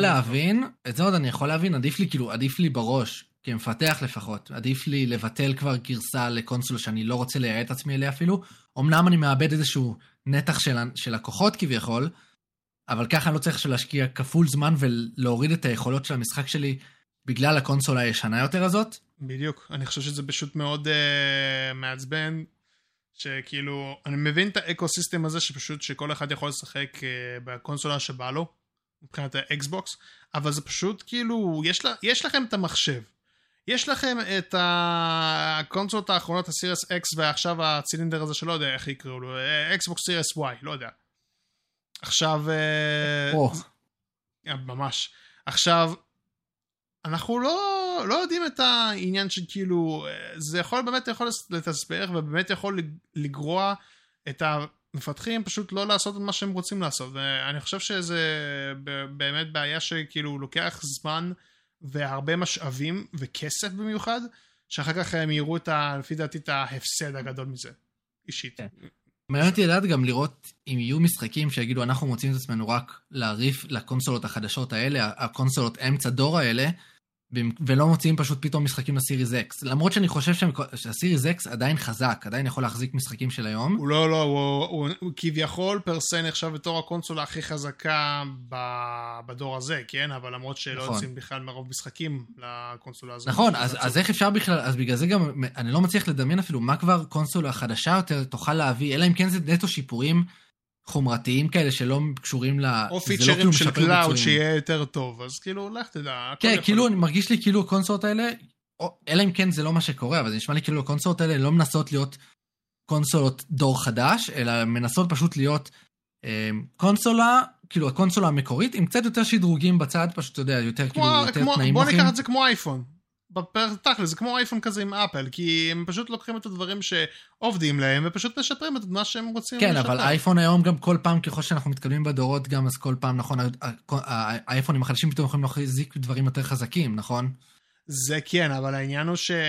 אני יכול להבין, עדיף לי בראש, כמפתח לפחות, עדיף לי לבטל כבר גרסה לקונסולה שאני לא רוצה לייעד את עצמי אליה אפילו, אמנם אני מאבד איזשהו נתח של לקוחות כביכול, אבל ככה אני לא צריך להשקיע כפול זמן ולהוריד את היכולות של המשחק שלי בגלל הקונסולה הישנה יותר הזאת. בדיוק, אני חושב שזה פשוט מאוד מעצבן, שכאילו, אני מבין את האקוסיסטם הזה שפשוט שכל אחד יכול לשחק בקונסולה שבא לו, מבחינת האקסבוקס, אבל זה פשוט כאילו, יש לכם את המחשב, יש לכם את הקונסולות האחרונות, הסיריס X, ועכשיו הצילינדר הזה שלא יודע איך יקראו לו, אקסבוקס סיריס Y, לא יודע. עכשיו, ממש. עכשיו, אנחנו לא יודעים את העניין שכאילו, זה באמת יכול לתסבך, ובאמת יכול לגרוע את המפתחים, פשוט לא לעשות את מה שהם רוצים לעשות. ואני חושב שזה באמת בעיה שכאילו לוקח זמן, והרבה משאבים וכסף במיוחד, שאחר כך הם יראו לפי דעתי את ההפסד הגדול מזה, אישית. מעניין אותי לדעת גם לראות אם יהיו משחקים שיגידו אנחנו מוצאים את עצמנו רק להריף לקונסולות החדשות האלה, הקונסולות אמצע דור האלה, ולא מוציאים פשוט פתאום משחקים לסיריס אקס. למרות שאני חושב שהסיריס אקס עדיין חזק, עדיין יכול להחזיק משחקים של היום. הוא כביכול פרסי נחשב בתור הקונסולה הכי חזקה בדור הזה, כן? אבל למרות שלא יוצאים בכלל מרוב משחקים לקונסולה הזאת. נכון, אז איך אפשר בכלל, אז בגלל זה גם, אני לא מצליח לדמיין אפילו מה כבר קונסולה חדשה יותר תוכל להביא, אלא אם כן זה נטו שיפורים חומרתיים כאלה שלא קשורים או פיצ'רים של קלאוד שיהיה יותר טוב, אז כאילו, לך תדע. כן, כאילו, מרגיש לי כאילו הקונסולות האלה, אלא אם כן זה לא מה שקורה, אבל זה נשמע לי כאילו הקונסולות האלה לא מנסות להיות קונסולות דור חדש, אלא מנסות פשוט להיות קונסולה כאילו הקונסולה המקורית, עם קצת יותר שדרוגים בצד, פשוט, אתה יודע, יותר כאילו, יותר תנאים בוא נוחים. ניקח את זה כמו אייפון. תכל'ס, זה כמו אייפון כזה עם אפל, כי הם פשוט לוקחים את הדברים שעובדים להם, ופשוט משפרים את מה שהם רוצים כן, לשפר. אבל אייפון היום גם כל פעם, ככל שאנחנו מתקדמים בדורות גם, אז כל פעם, נכון, האייפונים החדשים פתאום יכולים להחזיק דברים יותר חזקים, נכון? זה כן, אבל העניין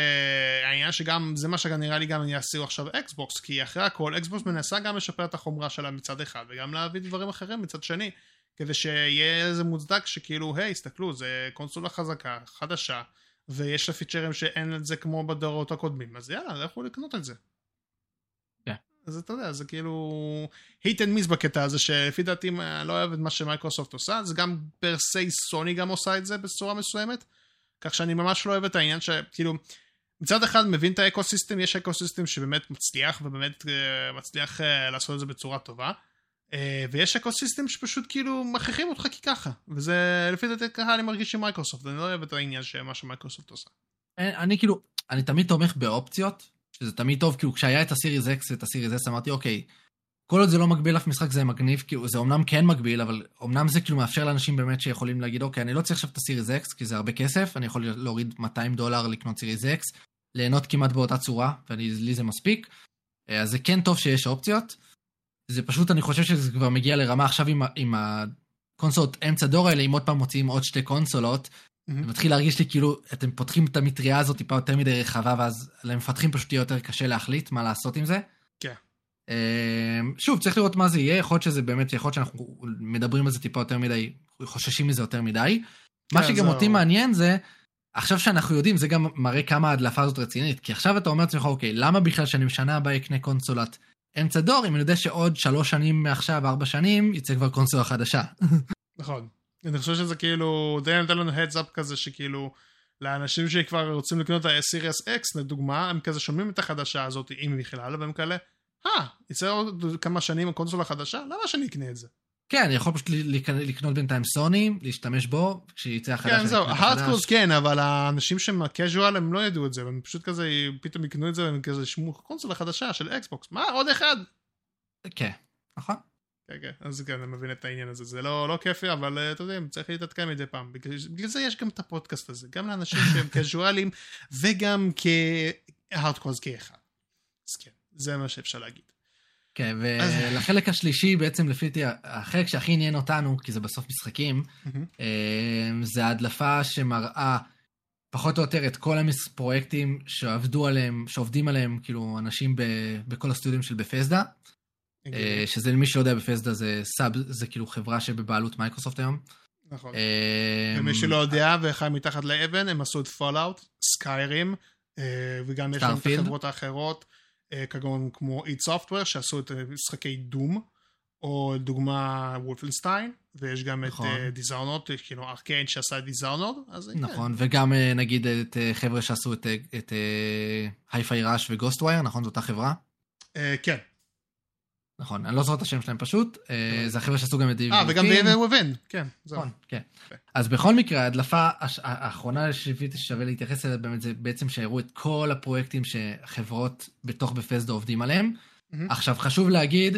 שגם, זה מה שנראה לי גם יעשו עכשיו אקסבוקס, כי אחרי הכל, אקסבוקס מנסה גם לשפר את החומרה שלה מצד אחד, וגם להביא דברים אחרים מצד שני, כדי שיהיה איזה מוצדק שכאילו, היי, הסתכלו, זה קונסולה חזקה, חדשה, ויש לה פיצ'רים שאין את זה כמו בדורות הקודמים, אז יאללה, לכו לקנות את זה. כן. אז אתה יודע, זה כאילו hit and miss בקטע הזה, שלפי דעתי לא אוהב את מה שמייקרוסופט עושה, זה גם פרסי סוני גם עושה את זה בצורה מסוימת, כך שאני ממש לא אוהב את העניין שכאילו, מצד אחד מבין את האקוסיסטם, יש אקוסיסטם שבאמת מצליח, ובאמת מצליח לעשות את זה בצורה טובה, ויש אקוסיסטם שפשוט כאילו מכריחים אותך ככה, וזה לפי דעתי ככה אני מרגיש עם מייקרוסופט, אני לא אוהב את העניין שמה שמייקרוסופט עושה. אני תמיד תומך באופציות, שזה תמיד טוב, כאילו כשהיה את הסיריז X ואת הסיריז S, אמרתי אוקיי, כל עוד זה לא מגביל אף משחק זה מגניב, כאילו זה אומנם כן מגביל, אבל אומנם זה כאילו מאפשר לאנשים באמת שיכולים להגיד אוקיי, אני לא צריך עכשיו את הסיריז X, כי זה הרבה כסף, אני יכול להוריד $200 לקנות סיריז X, ליהנות כמעט באותה צורה, ולי זה מספיק, אז זה כן טוב שיש אופציות, זה פשוט, אני חושב שזה כבר מגיע לרמה עכשיו עם הקונסולות אמצע דור האלה, אם עוד פעם מוציאים עוד שתי קונסולות, זה מתחיל להרגיש לי כאילו, אתם פותחים את המטריה הזאת טיפה יותר מדי רחבה, ואז למפתחים פשוט יהיה יותר קשה להחליט מה לעשות עם זה. כן. שוב, צריך לראות מה זה יהיה, יכול להיות שזה באמת, יכול להיות שאנחנו מדברים על זה טיפה יותר מדי, חוששים מזה יותר מדי. מה שגם אותי מעניין זה, עכשיו שאנחנו יודעים, זה גם מראה כמה ההדלפה הזאת רצינית, כי עכשיו אתה אומר לעצמך, אוקיי, למה בכלל שאני בשנה הבאה אקנה קונסולת אמצע דור, אם אני יודע שעוד 3 שנים מעכשיו, 4 שנים, יצא כבר קונסולה חדשה. נכון. אני חושב שזה כאילו, די נתן לנו heads up כזה, שכאילו, לאנשים שכבר רוצים לקנות את ה-Series X, לדוגמה, הם כזה שומעים את החדשה הזאת, אם בכלל, והם כאלה, יצא עוד כמה שנים הקונסולה חדשה? למה שאני אקנה את זה? כן, אני יכול פשוט לקנות בינתיים סוני, להשתמש בו, כשיצא החדש. כן, זהו, הארדקורס כן, אבל האנשים שהם הקז'ואל, הם לא ידעו את זה, הם פשוט כזה, פתאום יקנו את זה, והם כזה שמו קונסולה חדשה של אקסבוקס. מה? עוד אחד? כן, נכון. כן, כן, אז כן, אני מבין את העניין הזה. זה לא כיפי, אבל אתה יודע, צריך להתעדכן מדי פעם. בגלל זה יש גם את הפודקאסט הזה, גם לאנשים שהם קז'ואלים, וגם כהארדקורס כאחד. אז כן, זה מה שאפשר להגיד. כן, ולחלק השלישי, בעצם לפי החלק שהכי עניין אותנו, כי זה בסוף משחקים, זה ההדלפה שמראה פחות או יותר את כל הפרויקטים שעובדים עליהם, כאילו אנשים בכל הסטודיו של בפסדה, שזה למי שלא יודע, בפסדה זה כאילו חברה שבבעלות מייקרוסופט היום. נכון. ומי שלא יודע, ואחד מתחת לאבן, הם עשו את פולאאוט, סקיירים, וגם יש להם את החברות האחרות, כגון כמו id Software שעשו את משחקי דום, או דוגמה וולפנשטיין, ויש גם את דיזאונוד, כאילו ארקיין שעשה את דיזאונוד. נכון, וגם נגיד את חבר'ה שעשו את הייפיי ראש וגוסטווייר, נכון? זו אותה חברה? כן. נכון, אני לא זוכר את השם שלהם פשוט, זה החבר'ה שעשו גם את דיוויד. וגם דיוויד וובין, כן. נכון, כן. אז בכל מקרה, ההדלפה האחרונה ששווה להתייחס אליה, באמת זה בעצם שהראו את כל הפרויקטים שחברות בתוך בפסדה עובדים עליהם. עכשיו, חשוב להגיד,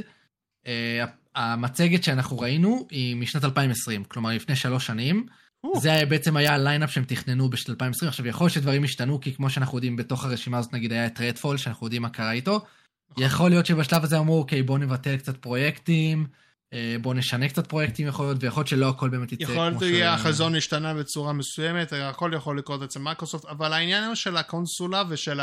המצגת שאנחנו ראינו היא משנת 2020, כלומר לפני 3 שנים, זה בעצם היה הליינאפ שהם תכננו בשנת 2020, עכשיו יכול להיות שדברים השתנו, כי כמו שאנחנו יודעים בתוך הרשימה הזאת, נגיד היה את רדפול, שאנחנו יודעים מה קרה איתו, יכול להיות שבשלב הזה אמרו, אוקיי, בואו נבטל קצת פרויקטים, בואו נשנה קצת פרויקטים יכול להיות, ויכול להיות שלא הכל באמת יצא. יכול להיות החזון השתנה בצורה מסוימת, הכל יכול לקרות אצל מייקרוסופט, אבל העניין של הקונסולה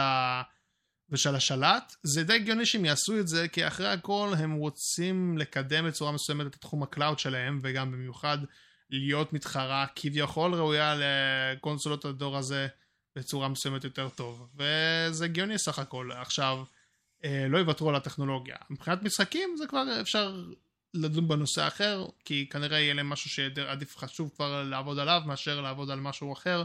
ושל השלט, זה די הגיוני שהם יעשו את זה, כי אחרי הכל הם רוצים לקדם בצורה מסוימת את תחום הקלאוד שלהם, וגם במיוחד להיות מתחרה כביכול ראויה לקונסולות הדור הזה בצורה מסוימת יותר טוב, וזה הגיוני סך הכל. עכשיו, לא יוותרו על הטכנולוגיה. מבחינת משחקים זה כבר אפשר לדון בנושא אחר, כי כנראה יהיה להם משהו שעדיף חשוב כבר לעבוד עליו, מאשר לעבוד על משהו אחר,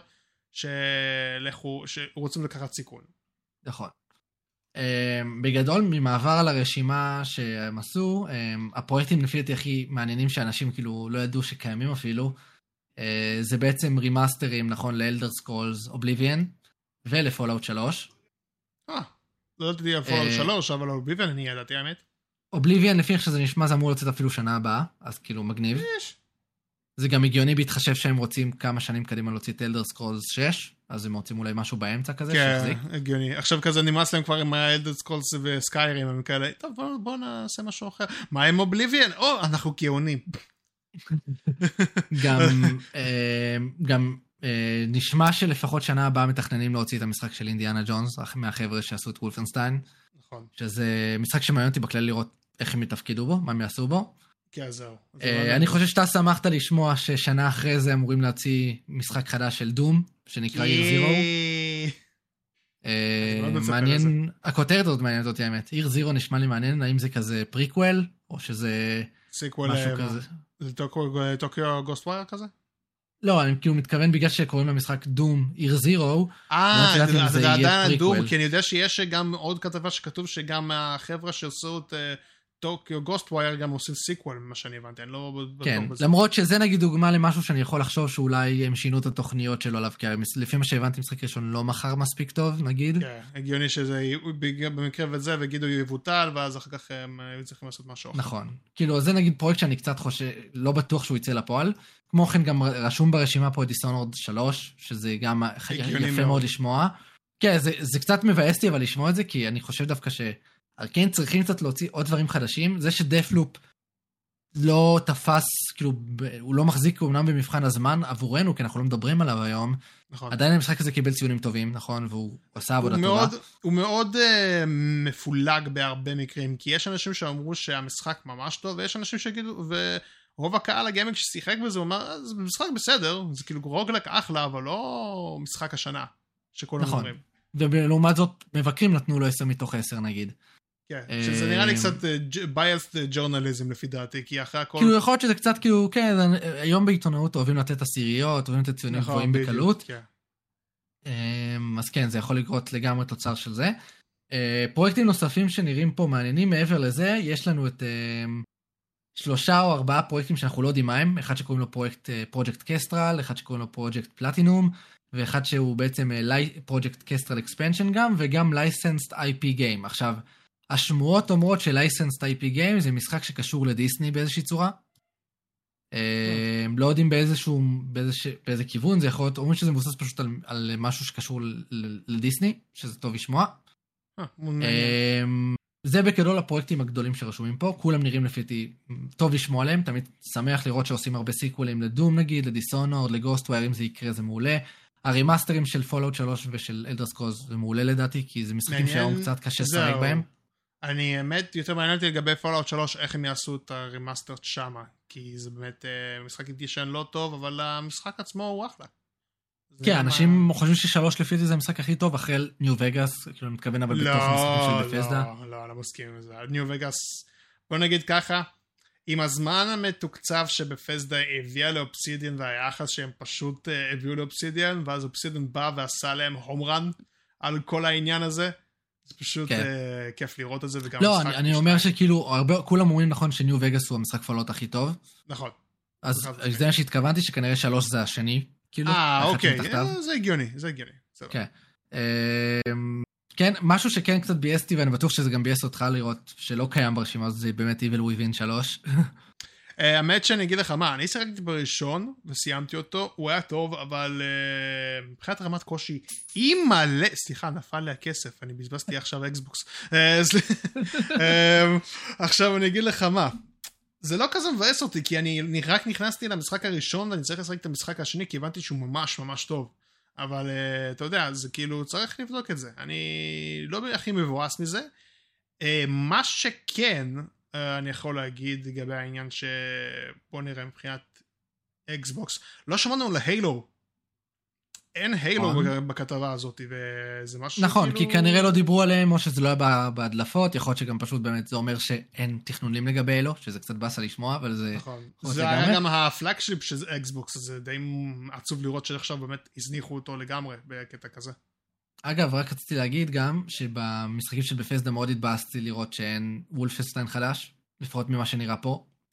שרוצים לקחת סיכון. נכון. בגדול, ממעבר על הרשימה שהם עשו, הפרויקטים לפי דעתי הכי מעניינים שאנשים כאילו לא ידעו שקיימים אפילו, זה בעצם רימאסטרים, נכון, לאלדר סקרולס אובליביאן, ולפולאאוט 3. לא ידעתי על פולאאוט 3, אבל אובליביאן אני ידעתי האמת. אובליביאן, לפי איך שזה נשמע, זה אמור לצאת אפילו שנה הבאה, אז כאילו מגניב. זה גם הגיוני בהתחשב שהם רוצים כמה שנים קדימה להוציא את אלדר סקרולס 6, אז הם רוצים אולי משהו באמצע כזה, כן, הגיוני. עכשיו כזה נמאס להם כבר עם האלדר סקרולס וסקיירים, הם כאלה, טוב, בואו נעשה משהו אחר. מה עם אובליביאן? אנחנו גאונים. גם נשמע שלפחות שנה הבאה מתכננים להוציא את המשחק של אינדיאנה ג'ונס, מהחבר'ה שעשו את וולפנשטיין. נכון. שזה משחק שמעניין אותי בכלל לראות איך הם יתפקידו בו, מה הם יעשו בו. כן, זהו. אני חושב שאתה שמחת לשמוע ששנה אחרי זה אמורים להוציא משחק חדש של דום, שנקרא עיר זירו. מעניין, הכותרת עוד מעניינת אותי האמת. עיר זירו נשמע לי מעניין, האם זה כזה פריקוול, או שזה משהו כזה. זה טוקיו גוסט ווייר כזה? לא, אני כאילו מתכוון בגלל שקוראים למשחק דום עיר זירו. זה עדיין דום, כי אני יודע שיש גם עוד כתבה שכתוב שגם החבר'ה שעשו את טוקיו גוסט ווייר גם עושים סיקוול, מה שאני הבנתי, אני לא כן, למרות שזה נגיד דוגמה למשהו שאני יכול לחשוב שאולי הם שינו את התוכניות שלו עליו, כי לפי מה שהבנתי משחק ראשון לא מחר מספיק טוב, נגיד. כן, הגיוני שזה במקרה וזה, וגידו יבוטל, ואז אחר כך הם צריכים לעשות משהו. נכון, כאילו זה נגיד פרויקט שאני קצת חושב, לא בטוח שהוא יצא לפועל, כמו כן גם רשום ברשימה פה דיסונורד 3, שזה גם יפה מאוד לשמוע. כן, זה קצת מבאסתי אבל לשמוע את זה, כי אני חושב דווקא ארקיין צריכים קצת להוציא עוד דברים חדשים, זה שדפלופ לא תפס, כאילו, הוא לא מחזיק אומנם במבחן הזמן עבורנו, כי אנחנו לא מדברים עליו היום, נכון. עדיין המשחק הזה קיבל ציונים טובים, נכון, והוא עשה עבודה טובה. הוא מאוד מפולג בהרבה מקרים, כי יש אנשים שאמרו שהמשחק ממש טוב, ויש אנשים שיגידו, ורוב הקהל הגיימינג ששיחק בזה, הוא אמר, זה משחק בסדר, זה כאילו רוגלק אחלה, אבל לא משחק השנה, שכולם נכון. אומרים. ולעומת זאת, מבקרים נתנו לו 10 מתוך 10 נגיד. כן, שזה נראה לי קצת biased journalism לפי דעתי, כי אחרי הכל... כאילו יכול להיות שזה קצת כאילו, כן, היום בעיתונאות אוהבים לתת עשיריות, אוהבים לתת ציונים גבוהים בקלות. אז כן, זה יכול לקרות לגמרי תוצר של זה. פרויקטים נוספים שנראים פה מעניינים, מעבר לזה, יש לנו את 3 או 4 פרויקטים שאנחנו לא יודעים מה הם, אחד שקוראים לו פרויקט קסטרל, אחד שקוראים לו פרויקט פלטינום, ואחד שהוא בעצם פרויקט קסטרל אקספנשן גם, וגם licensed IP game. עכשיו, השמועות אומרות ש-licensed IP game זה משחק שקשור לדיסני באיזושהי צורה. לא יודעים באיזה כיוון זה יכול להיות, אומרים שזה מבוסס פשוט על משהו שקשור לדיסני, שזה טוב לשמוע. זה בגדול הפרויקטים הגדולים שרשומים פה, כולם נראים לפי טוב לשמוע עליהם, תמיד שמח לראות שעושים הרבה סיקוולים לדום נגיד, לדיסונורד, לגוסט ווייר, אם זה יקרה זה מעולה. הרימאסטרים של פולאוט 3 ושל אלדר סקרולס זה מעולה לדעתי, כי זה משחקים שהיום קצת קשה לשחק בהם. אני האמת יותר מעניין אותי לגבי פולאוט 3, איך הם יעשו את הרימאסטר שמה, כי זה באמת משחק אדישן לא טוב, אבל המשחק עצמו הוא אחלה. כן, אנשים חושבים ש3 לפי זה המשחק הכי טוב, אחרי ניו וגאס, כאילו מתכוון אבל בתוך המשחקים של בפסדה. לא מסכים עם זה. ניו וגאס, בוא נגיד ככה, עם הזמן המתוקצב שבפסדה הביאה לאופסידיאן והיחס שהם פשוט הביאו לאופסידיאן, ואז אופסידיאן בא ועשה להם הומרן על כל העניין הזה, זה פשוט כיף לראות את זה. לא, אני אומר שכאילו, כולם אומרים נכון שניו וגאס הוא המשחק פולאוט הכי טוב. נכון. אז זה מה שהתכוונתי, שכנראה 3 זה השני. אוקיי, זה הגיוני, זה הגיוני. כן, משהו שכן קצת בייסתי, ואני בטוח שזה גם בייס אותך לראות שלא קיים ברשימה, זה באמת Evil Within 3. האמת שאני אגיד לך מה, אני שיחקתי בראשון וסיימתי אותו, הוא היה טוב, אבל מבחינת רמת קושי, מלא, סליחה, נפל לי הכסף, אני בזבזתי עכשיו אקסבוקס. עכשיו אני אגיד לך מה, זה לא כזה מבאס אותי, כי אני רק נכנסתי למשחק הראשון, ואני צריך לשחק את המשחק השני, כי הבנתי שהוא ממש ממש טוב. אבל אתה יודע, זה כאילו צריך לבדוק את זה. אני לא הכי מבואס מזה. מה שכן, אני יכול להגיד לגבי העניין שבוא נראה מבחינת אקסבוקס, לא שמענו להיילו. אין הילו בכתבה הזאת, וזה משהו נכון, כי כנראה לא דיברו עליהם, או שזה לא היה בהדלפות, יכול להיות שגם פשוט באמת זה אומר שאין תכנונים לגבי הילו, שזה קצת בסה לשמוע, אבל זה... נכון, זה היה גם הפלאגשיפ של אקסבוקס, זה די עצוב לראות שעכשיו באמת הזניחו אותו לגמרי בקטע כזה. אגב, רק רציתי להגיד גם, שבמשחקים של בפסדה מאוד התבאסתי לראות שאין וולפנשטיין חדש, לפחות ממה שנראה פה.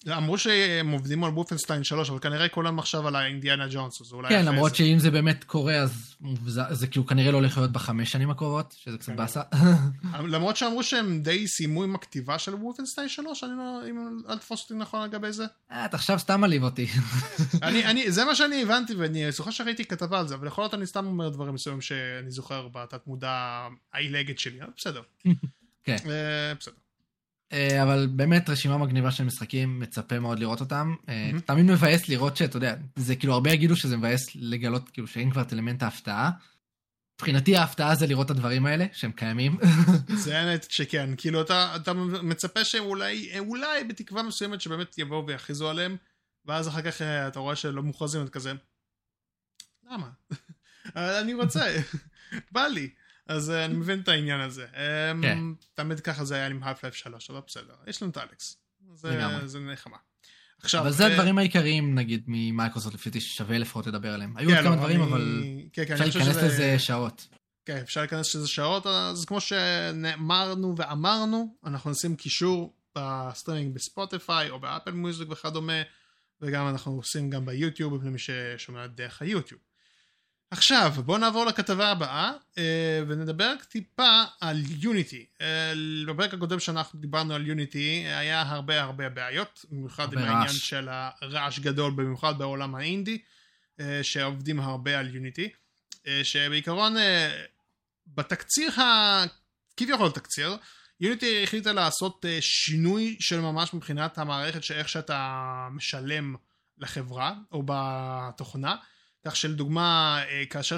אמרו שהם עובדים על וולפנשטיין 3, אבל כנראה כולם עכשיו על האינדיאנה ג'ונס, אז אולי... כן, למרות שאם זה באמת קורה, אז זה כאילו כנראה לא הולך להיות ב5 שנים הקרובות, שזה קצת באסה. למרות שאמרו שהם די סיימו עם הכתיבה של וולפנשטיין 3, אני לא... אם אל תפוס אותי נכון לגבי זה. אתה עכשיו סתם מעליב אותי. זה מה שאני הבנתי, ואני זוכר שראיתי כתבה על זה, אבל יכול להיות אני סתם אומר דברים מסוימים שאני זוכר בתת מודע העילגת שלי, בסדר. כן. בסדר. אבל באמת רשימה מגניבה של משחקים, מצפה מאוד לראות אותם. תמיד מבאס לראות שאתה יודע, זה כאילו הרבה יגידו שזה מבאס לגלות כאילו שאין כבר את אלמנט ההפתעה. מבחינתי ההפתעה זה לראות את הדברים האלה, שהם קיימים. זה האמת שכן, כאילו אתה מצפה שאולי בתקווה מסוימת שבאמת יבואו ויחיזו עליהם, ואז אחר כך אתה רואה שלא מוכרזים את כזה. למה? אני רוצה, בא לי. אז אני מבין את העניין הזה. תמיד ככה זה היה עם Half-Life 3, אבל בסדר. יש לנו את אלכס. זה נחמה. אבל זה הדברים העיקריים, נגיד, ממייקרוסופט לפי ששווה לפחות לדבר עליהם. היו עוד כמה דברים, אבל אפשר להיכנס לזה שעות. כן, אפשר להיכנס לזה שעות. אז כמו שנאמרנו ואמרנו, אנחנו נשים קישור בסטרימינג בספוטיפיי או באפל מיוזיק וכדומה, וגם אנחנו עושים גם ביוטיוב, למי ששומע דרך היוטיוב. עכשיו, בואו נעבור לכתבה הבאה, ונדבר טיפה על יוניטי. בפרק הקודם שאנחנו דיברנו על יוניטי, היה הרבה בעיות, במיוחד עם העניין של הרעש גדול, במיוחד בעולם האינדי, שעובדים הרבה על יוניטי, שבעיקרון, בתקציר, כביכול תקציר, יוניטי החליטה לעשות שינוי של ממש מבחינת המערכת, שאיך שאתה משלם לחברה, או בתוכנה, כך שלדוגמה, כאשר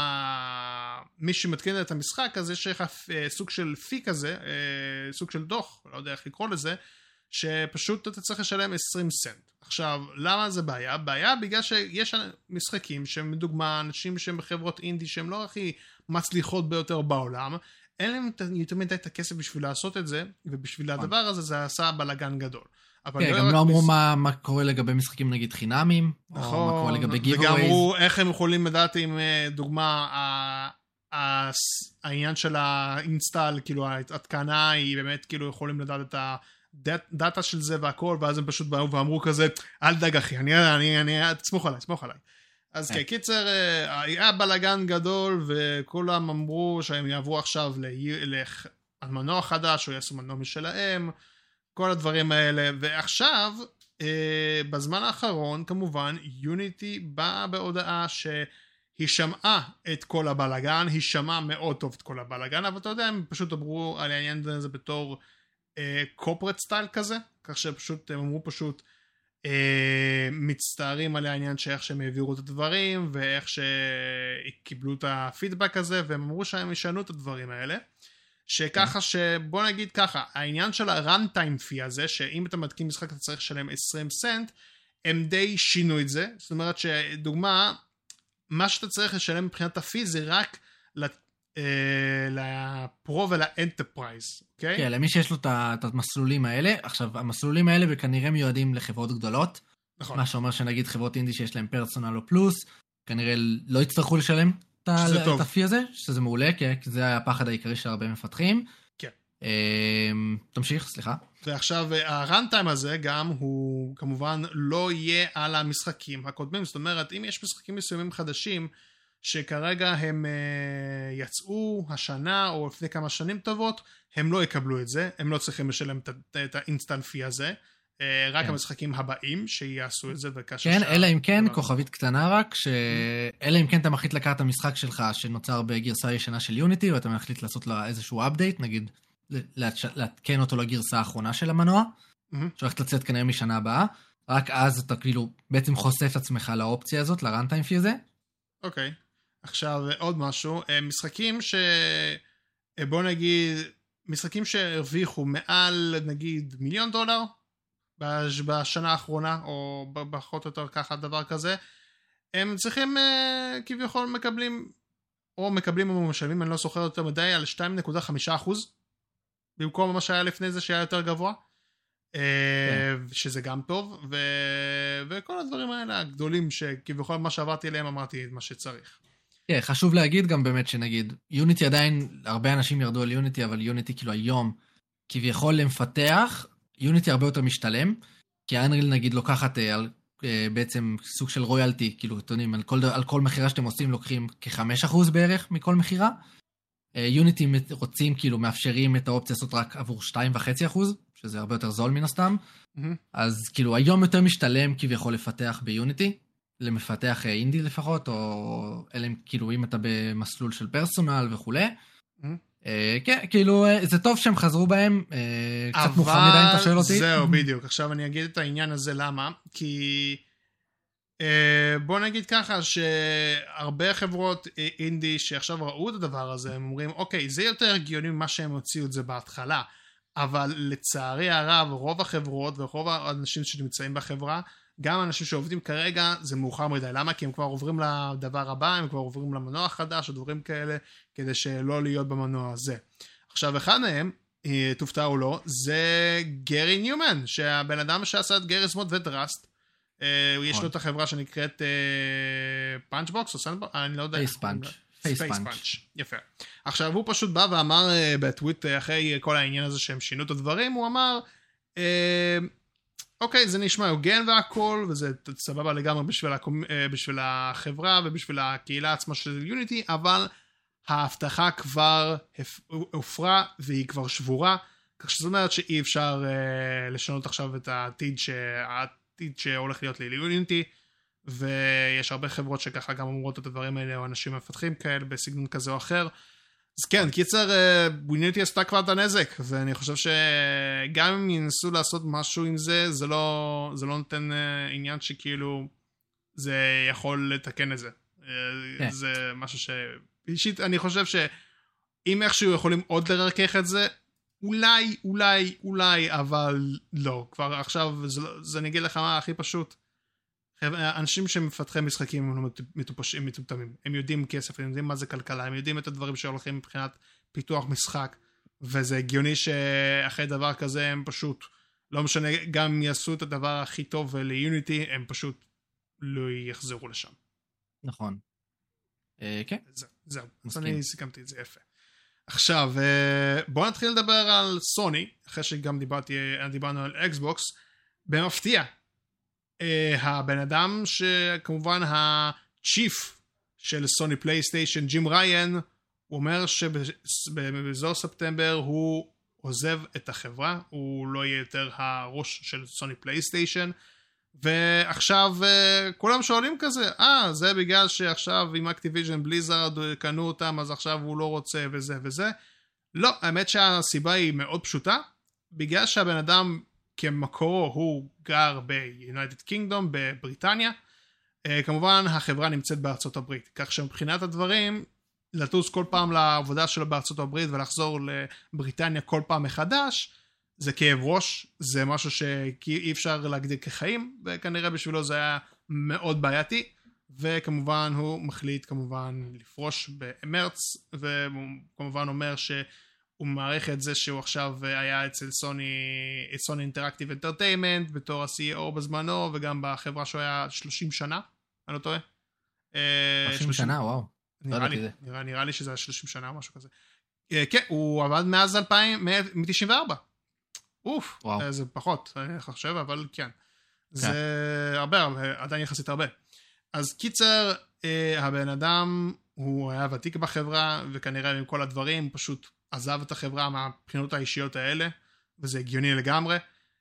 מי שמתקין את המשחק, אז יש לך סוג של פי כזה, סוג של דוח, לא יודע איך לקרוא לזה, שפשוט אתה צריך לשלם 20 סנט. עכשיו, למה זה בעיה? בעיה בגלל שיש משחקים שהם לדוגמה אנשים שהם בחברות אינדי שהם לא הכי מצליחות ביותר בעולם, אין להם יותר מדי את הכסף בשביל לעשות את זה, ובשביל הדבר הזה זה עשה בלגן גדול. כן, גם לא אמרו מה קורה לגבי משחקים נגיד חינמים, או מה קורה לגבי giveaways. וגם אמרו איך הם יכולים לדעת עם דוגמה, העניין של האינסטל, כאילו ההתקנה היא באמת כאילו יכולים לדעת את הדאטה של זה והכל, ואז הם פשוט באו ואמרו כזה, אל דאג אחי, תסמוך עליי. אז כקיצר, היה בלגן גדול, וכולם אמרו שהם יעברו עכשיו על מנוע חדש, או יעשו מנוע משלהם, כל הדברים האלה, ועכשיו, בזמן האחרון, כמובן, יוניטי באה בהודעה שהיא שמעה את כל הבלגן, היא שמעה מאוד טוב את כל הבלגן, אבל אתה יודע, הם פשוט אמרו על העניין הזה בתור קופרט סטייל כזה, כך שפשוט, הם אמרו פשוט, מצטערים על העניין שאיך שהם העבירו את הדברים, ואיך שקיבלו את הפידבק הזה, והם אמרו שהם ישנו את הדברים האלה, שככה שבוא נגיד ככה, העניין של ה-runtime fee הזה, שאם אתה מתקין משחק אתה צריך לשלם 20 סנט, הם די שינו את זה, זאת אומרת שדוגמה, מה שאתה צריך לשלם מבחינת הפי זה רק לפרו ולאנטרפרייז, אוקיי? כן, למי שיש לו את המסלולים האלה, עכשיו המסלולים האלה וכנראה מיועדים לחברות גדולות, נכון. מה שאומר שנגיד חברות אינדי שיש להם פרסונל או פלוס, כנראה לא יצטרכו לשלם את הפי הזה, שזה מעולה, כי זה הפחד העיקרי של הרבה מפתחים. כן. תמשיך, סליחה. ועכשיו, הרנטיים הזה גם הוא כמובן לא יהיה על המשחקים הקודמים, זאת אומרת, אם יש משחקים מסוימים חדשים, שכרגע הם יצאו השנה או לפני כמה שנים טובות, הם לא יקבלו את זה, הם לא צריכים לשלם את האינסטנט פי הזה, רק המשחקים הבאים שיעשו את זה. כן, אלא אם כן, כוכבית קטנה רק, אלא אם כן אתה מחליט לקחת את המשחק שלך שנוצר בגרסה ישנה של יוניטי, ואתה מחליט לעשות לה איזשהו אפדייט, נגיד להתקן אותו לגרסה האחרונה של המנוע, שהולכת לצאת כנראה משנה הבאה, רק אז אתה כאילו בעצם חושף את עצמך לאופציה הזאת, לרנטיים פי הזה. אוקיי, עכשיו עוד משהו, משחקים בוא נגיד, משחקים שהרוויחו מעל נגיד $1,000,000, בשנה האחרונה, או פחות או יותר ככה דבר כזה, הם צריכים כביכול מקבלים או משלמים, אני לא זוכר יותר מדי, על 2.5%, במקום מה שהיה לפני זה שהיה יותר גבוה, שזה גם טוב, וכל הדברים האלה הגדולים, שכביכול מה שעברתי אליהם אמרתי מה שצריך. כן, חשוב להגיד גם באמת שנגיד, יוניטי עדיין, הרבה אנשים ירדו על יוניטי, אבל יוניטי כאילו היום, כביכול למפתח, יוניטי הרבה יותר משתלם, כי אנריל נגיד לוקחת בעצם סוג של רויאלטי, כאילו, אתם יודעים, על כל מחירה שאתם עושים לוקחים כ5% בערך מכל מחירה. יוניטי רוצים, כאילו, מאפשרים את האופציה לעשות רק עבור 2.5%, שזה הרבה יותר זול מן הסתם. אז כאילו, היום יותר משתלם כביכול לפתח ביוניטי, למפתח אינדי לפחות, או אלה כאילו, אם אתה במסלול של פרסונל וכו'. כן, כאילו, זה טוב שהם חזרו בהם, קצת מוכן מדי אם אתה שואל אותי. זהו, בדיוק. עכשיו אני אגיד את העניין הזה למה, כי בוא נגיד ככה, שהרבה חברות אינדי שעכשיו ראו את הדבר הזה, הם אומרים, אוקיי, זה יותר הגיוני ממה שהם הוציאו את זה בהתחלה, אבל לצערי הרב, רוב החברות ורוב האנשים שנמצאים בחברה, גם אנשים שעובדים כרגע, זה מאוחר מדי. למה? כי הם כבר עוברים לדבר הבא, הם כבר עוברים למנוע חדש, או דברים כאלה, כדי שלא להיות במנוע הזה. עכשיו, אחד מהם, תופתעו לו, זה גרי ניומן, שהבן אדם שעשה את גריס מוד ודראסט, יש לו את החברה שנקראת פאנצ'בוקס, או סנדבוקס, אני לא יודע. פייס פאנץ'. יפה. עכשיו, הוא פשוט בא ואמר בטוויט, אחרי כל העניין הזה שהם שינו את הדברים, הוא אמר, אוקיי, זה נשמע הוגן והכל, וזה סבבה לגמרי בשביל החברה ובשביל הקהילה עצמה של יוניטי, אבל ההבטחה כבר הופרה והיא כבר שבורה, כך שזאת אומרת שאי אפשר לשנות עכשיו את העתיד שהולך להיות ליוניטי, ויש הרבה חברות שככה גם אומרות את הדברים האלה, או אנשים מפתחים כאלה בסגנון כזה או אחר. אז כן, קיצר, יוניטי עשתה כבר את הנזק, ואני חושב שגם אם ינסו לעשות משהו עם זה, זה לא נותן עניין שכאילו זה יכול לתקן את זה. זה משהו אישית, אני חושב שאם איכשהו יכולים עוד לרכך את זה, אולי, אבל לא. כבר עכשיו, זה נגיד לך מה הכי פשוט. אנשים שמפתחי משחקים הם לא מטומטמים. הם יודעים כסף, הם יודעים מה זה כלכלה, הם יודעים את הדברים שהולכים מבחינת פיתוח משחק, וזה הגיוני שאחרי דבר כזה הם פשוט, לא משנה, גם אם יעשו את הדבר הכי טוב ליוניטי, הם פשוט לא יחזרו לשם. נכון. כן. זהו, אז אני סיכמתי את זה יפה. עכשיו, בואו נתחיל לדבר על סוני, אחרי שגם דיברנו על אקסבוקס, במפתיע. הבן אדם שכמובן הצ'יף של סוני פלייסטיישן, ג'ים ריין, הוא אומר שבאזור ספטמבר הוא עוזב את החברה, הוא לא יהיה יותר הראש של סוני פלייסטיישן, ועכשיו כולם שואלים כזה, זה בגלל שעכשיו עם אקטיביז'ן בליזארד קנו אותם, אז עכשיו הוא לא רוצה וזה וזה. לא, האמת שהסיבה היא מאוד פשוטה, בגלל שהבן אדם כמקורו הוא גר ביונייטד קינגדום, בבריטניה, כמובן החברה נמצאת בארצות הברית, כך שמבחינת הדברים, לטוס כל פעם לעבודה שלו בארצות הברית ולחזור לבריטניה כל פעם מחדש, זה כאב ראש, זה משהו שאי אפשר להגדיר כחיים, וכנראה בשבילו זה היה מאוד בעייתי, וכמובן הוא מחליט כמובן לפרוש במרץ, וכמובן אומר שהוא מעריך את זה שהוא עכשיו היה אצל סוני אינטראקטיב אנטרטיימנט, בתור ה-CEO בזמנו, וגם בחברה שהוא היה 30 שנה, אני לא טועה. 30 שנה, וואו. נראה לי שזה היה 30 שנה או משהו כזה. כן, הוא עבד מאז 94. אוף, זה פחות, אני חושב, אבל כן. זה הרבה, עדיין יחסית הרבה. אז קיצר, הבן אדם, הוא היה ותיק בחברה, וכנראה עם כל הדברים, פשוט עזב את החברה מהבחינות האישיות האלה, וזה הגיוני לגמרי.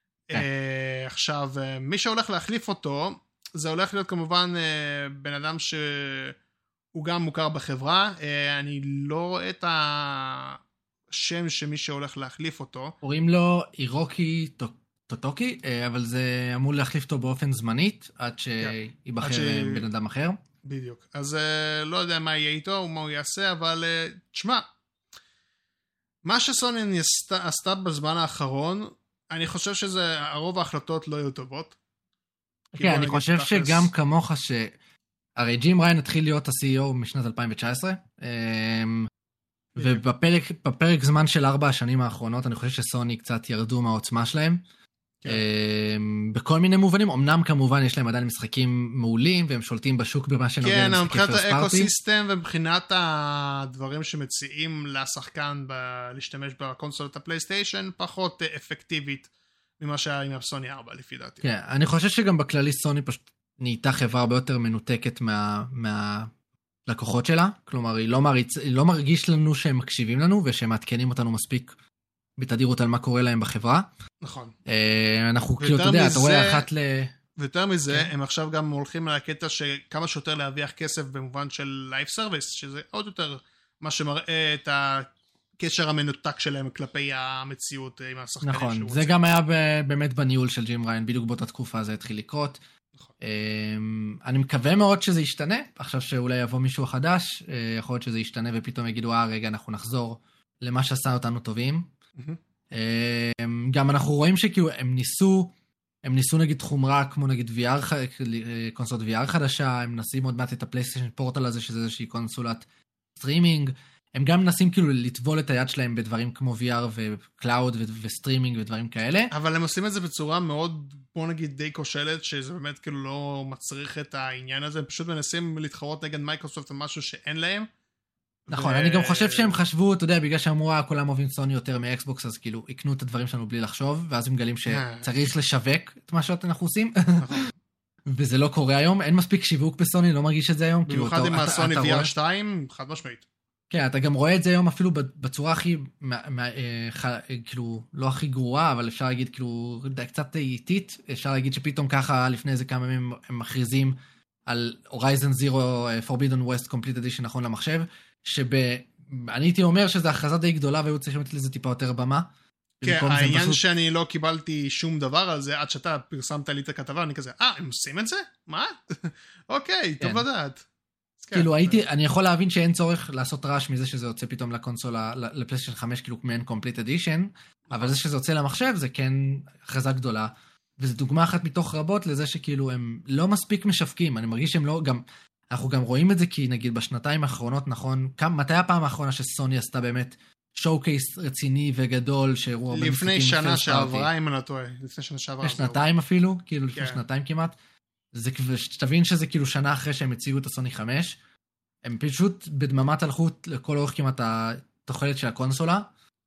עכשיו, מי שהולך להחליף אותו, זה הולך להיות כמובן בן אדם שהוא גם מוכר בחברה, אני לא רואה את השם שמי שהולך להחליף אותו. קוראים לו אירוקי טוטוקי, אבל זה אמור להחליף אותו באופן זמנית, עד שיבחר בן אדם אחר. בדיוק. אז לא יודע מה יהיה איתו ומה הוא יעשה, אבל תשמע, מה שסוני עשתה בזמן האחרון, אני חושב שזה, הרוב ההחלטות לא יהיו טובות. כן, אני חושב שגם כמוך הרי ג'ים ריין התחיל להיות ה-CEO משנת 2019, ובפרק זמן של 4 השנים האחרונות, אני חושב שסוני קצת ירדו מהעוצמה שלהם, בכל מיני מובנים, אמנם כמובן יש להם עדיין משחקים מעולים, והם שולטים בשוק במה שנוגע למשחקים פרסט פארטי. כן, מבחינת האקוסיסטם ומבחינת הדברים שמציעים לשחקן להשתמש בקונסולת הפלייסטיישן, פחות אפקטיבית ממה שהיה עם סוני 4, לפי דעתי. כן, אני חושב שגם בכללי סוני פשוט נהייתה חברה הרבה יותר מנותקת מהלקוחות שלה, כלומר, היא לא מרגיש לנו שהם מקשיבים לנו, ושהם מעדכנים אותנו מספיק בתדירות על מה קורה להם בחברה. נכון. אנחנו, כאילו, אתה יודע, אתה רואה אחת ויותר מזה, הם עכשיו גם הולכים על הקטע שכמה שיותר להרוויח כסף במובן של לייב סרוויס, שזה עוד יותר מה שמראה את הקשר המנותק שלהם כלפי המציאות עם השחקנים. נכון, זה גם היה באמת בניהול של ג'ים ריין, בדיוק באותה תקופה זה התחיל לקרות. אני מקווה מאוד שזה ישתנה, עכשיו שאולי יבוא מישהו חדש, יכול להיות שזה ישתנה ופתאום יגידו, רגע, אנחנו נחזור למה שעשה אותנו טובים. גם אנחנו רואים שכאילו הם ניסו נגיד חומרה כמו נגיד VR, קונסולת VR חדשה, הם מנסים עוד מעט את הפלייסטיישן פורטל הזה, שזה איזושהי קונסולת סטרימינג, הם גם מנסים כאילו לטבול את היד שלהם בדברים כמו VR וקלאוד וסטרימינג ודברים כאלה. אבל הם עושים את זה בצורה מאוד, בוא נגיד, די כושלת, שזה באמת כאילו לא מצריך את העניין הזה, הם פשוט מנסים להתחרות נגד מייקרוסופט על משהו שאין להם. נכון, אני גם חושב שהם חשבו, אתה יודע, בגלל שאמרו, כולם אוהבים סוני יותר מאקסבוקס, אז כאילו, יקנו את הדברים שלנו בלי לחשוב, ואז הם מגלים שצריך לשווק את מה שאנחנו עושים. וזה לא קורה היום, אין מספיק שיווק בסוני, לא מרגיש את זה היום. במיוחד עם הסוני VR2, חד משמעית. כן, אתה גם רואה את זה היום אפילו בצורה הכי, כאילו, לא הכי גרועה, אבל אפשר להגיד, כאילו, קצת איטית, אפשר להגיד שפתאום ככה, לפני איזה כמה ימים הם מכריזים על Horizon Zero Forbidden West Complete Edition נכון למחשב, אני הייתי אומר שזו הכרזה די גדולה, והיו צריכים לתת לזה טיפה יותר במה. כן, העניין שאני לא קיבלתי שום דבר על זה, עד שאתה פרסמת לי את הכתבה, אני כזה, הם עושים את זה? מה? אוקיי, טוב לדעת. כאילו, אני יכול להבין שאין צורך לעשות רעש מזה שזה יוצא פתאום לקונסולה, לפלייסטיישן 5, כאילו, מעין Complete Edition, אבל זה שזה יוצא למחשב, זה כן הכרזה גדולה, וזו דוגמה אחת מתוך רבות לזה שכאילו, הם לא מספיק משווקים, אני מרגיש שהם לא, גם, אנחנו גם רואים את זה כי נגיד בשנתיים האחרונות, נכון, מתי הפעם האחרונה שסוני עשתה באמת שואו-קייס רציני וגדול, שהראו הרבה משחקים לפני שנה שעברה, אם אני לא טועה, לפני שנה שעברה. לפני שנתיים אפילו, כאילו לפני שנתיים כמעט, שתבין שזה כאילו שנה אחרי שהם הציגו את הסוני 5, הם פשוט בדממת הלכות לכל אורך כמעט התוחלת של הקונסולה,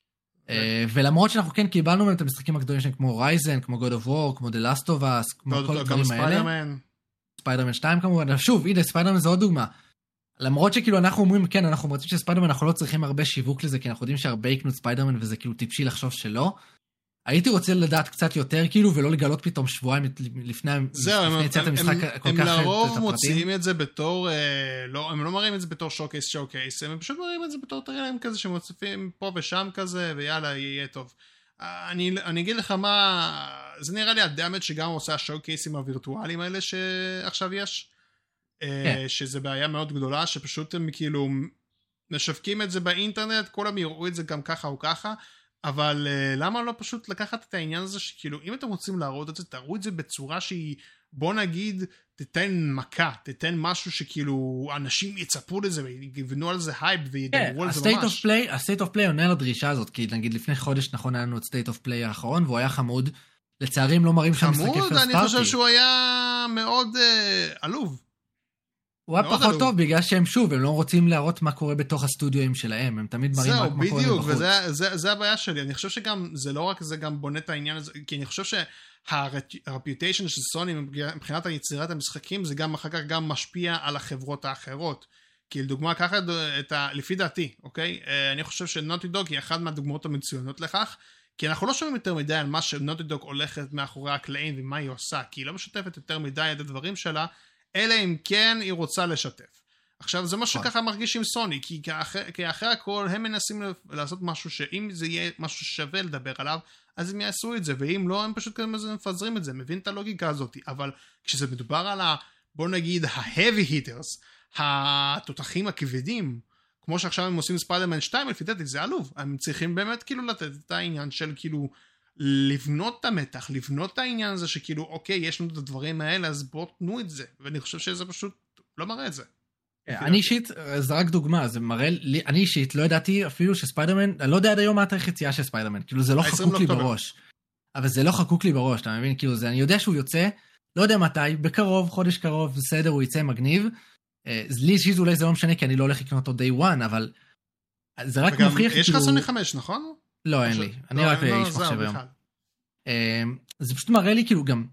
ולמרות שאנחנו כן קיבלנו מהם את המשחקים הגדולים שלהם, כמו רייזן, כמו God of War, כמו The Last of Us, כמו כל הדברים האלה. ספיידרמן 2 כמובן, שוב, הנה, ספיידרמן זה עוד דוגמה. למרות שכאילו אנחנו אומרים, כן, אנחנו רוצים שספיידרמן, אנחנו לא צריכים הרבה שיווק לזה, כי אנחנו יודעים שהרבה יקנו את ספיידרמן, וזה כאילו טיפשי לחשוב שלא. הייתי רוצה לדעת קצת יותר, כאילו, ולא לגלות פתאום שבועיים לפני יציאת המשחק כל כך... הם לרוב מוציאים את זה בתור, הם לא מראים את זה בתור שואו-קייס, הם פשוט מראים את זה בתור טריילרים כזה, שמוצפים פה ושם כזה, ויאללה, יהיה טוב. אני אגיד לך מה, זה נראה לי הדאמג' שגם עושה השואו-קייסים הווירטואליים האלה שעכשיו יש, שזה בעיה מאוד גדולה, שפשוט הם כאילו משווקים את זה באינטרנט, כולם יראו את זה גם ככה או ככה, אבל למה לא פשוט לקחת את העניין הזה שכאילו אם אתם רוצים להראות את זה, תראו את זה בצורה שהיא, בוא נגיד, תתן מכה, תתן משהו שכאילו אנשים יצפו לזה ויגוונו על זה הייפ וידברו על זה ממש. ה-State of Play עונה על הדרישה הזאת, כי נגיד לפני חודש נכון היה לנו את State of Play האחרון, והוא היה חמוד, לצערי הם לא מראים שם משחקי פרסט פארטי. אני חושב שהוא היה מאוד עלוב. הוא היה פחות טוב בגלל שהם שוב, הם לא רוצים להראות מה קורה בתוך הסטודיואים שלהם, הם תמיד מראים רק מה קורה בחוץ. זהו, וזה הבעיה שלי, אני חושב שגם, זה לא רק זה גם בונה את העניין הזה, כי אני חושב שהרפיוטיישן של סוני מבחינת היצירת המשחקים, זה גם אחר כך גם משפיע על החברות האחרות. כי לדוגמה, ככה לפי דעתי, אוקיי? אני חושב שנוטי דוג היא אחת מהדוגמאות המצוינות לכך, כי אנחנו לא שומעים יותר מדי על מה שנוטי דוג הולכת מאחורי הקלעים ומה היא עושה, כי היא לא משתפת יותר מדי את הדברים שלה, אלא אם כן היא רוצה לשתף. עכשיו, זה מה שככה מרגיש עם סוני, כי אחרי הכל הם מנסים לעשות משהו שאם זה יהיה משהו שווה לדבר עליו, אז הם יעשו את זה, ואם לא, הם פשוט כזה מפזרים את זה, מבין את הלוגיקה הזאת, אבל כשזה מדובר על בוא נגיד, ה-heavy hitters, התותחים הכבדים, כמו שעכשיו הם עושים ספיידרמן 2, לפי דעתי, זה עלוב, הם צריכים באמת כאילו לתת את העניין של כאילו, לבנות את המתח, לבנות את העניין הזה שכאילו, אוקיי, יש לנו את הדברים האלה, אז בואו תנו את זה, ואני חושב שזה פשוט לא מראה את זה. אני אישית, זה רק דוגמה, זה מראה, אני אישית לא ידעתי אפילו שספיידרמן, אני לא יודע עד היום מה התאריך יציאה של ספיידרמן, כאילו זה לא חקוק לי בראש, אבל זה לא חקוק לי בראש, אתה מבין? כאילו זה, אני יודע שהוא יוצא, לא יודע מתי, בקרוב, חודש קרוב, בסדר, הוא יצא מגניב, לי אישית אולי זה לא משנה, כי אני לא הולך לקנות אותו day one, אבל זה רק מוכיח, יש לך סוני 5, נכון? לא, אין לי, אני רק איש מחשב היום. זה פשוט מראה לי כאילו גם,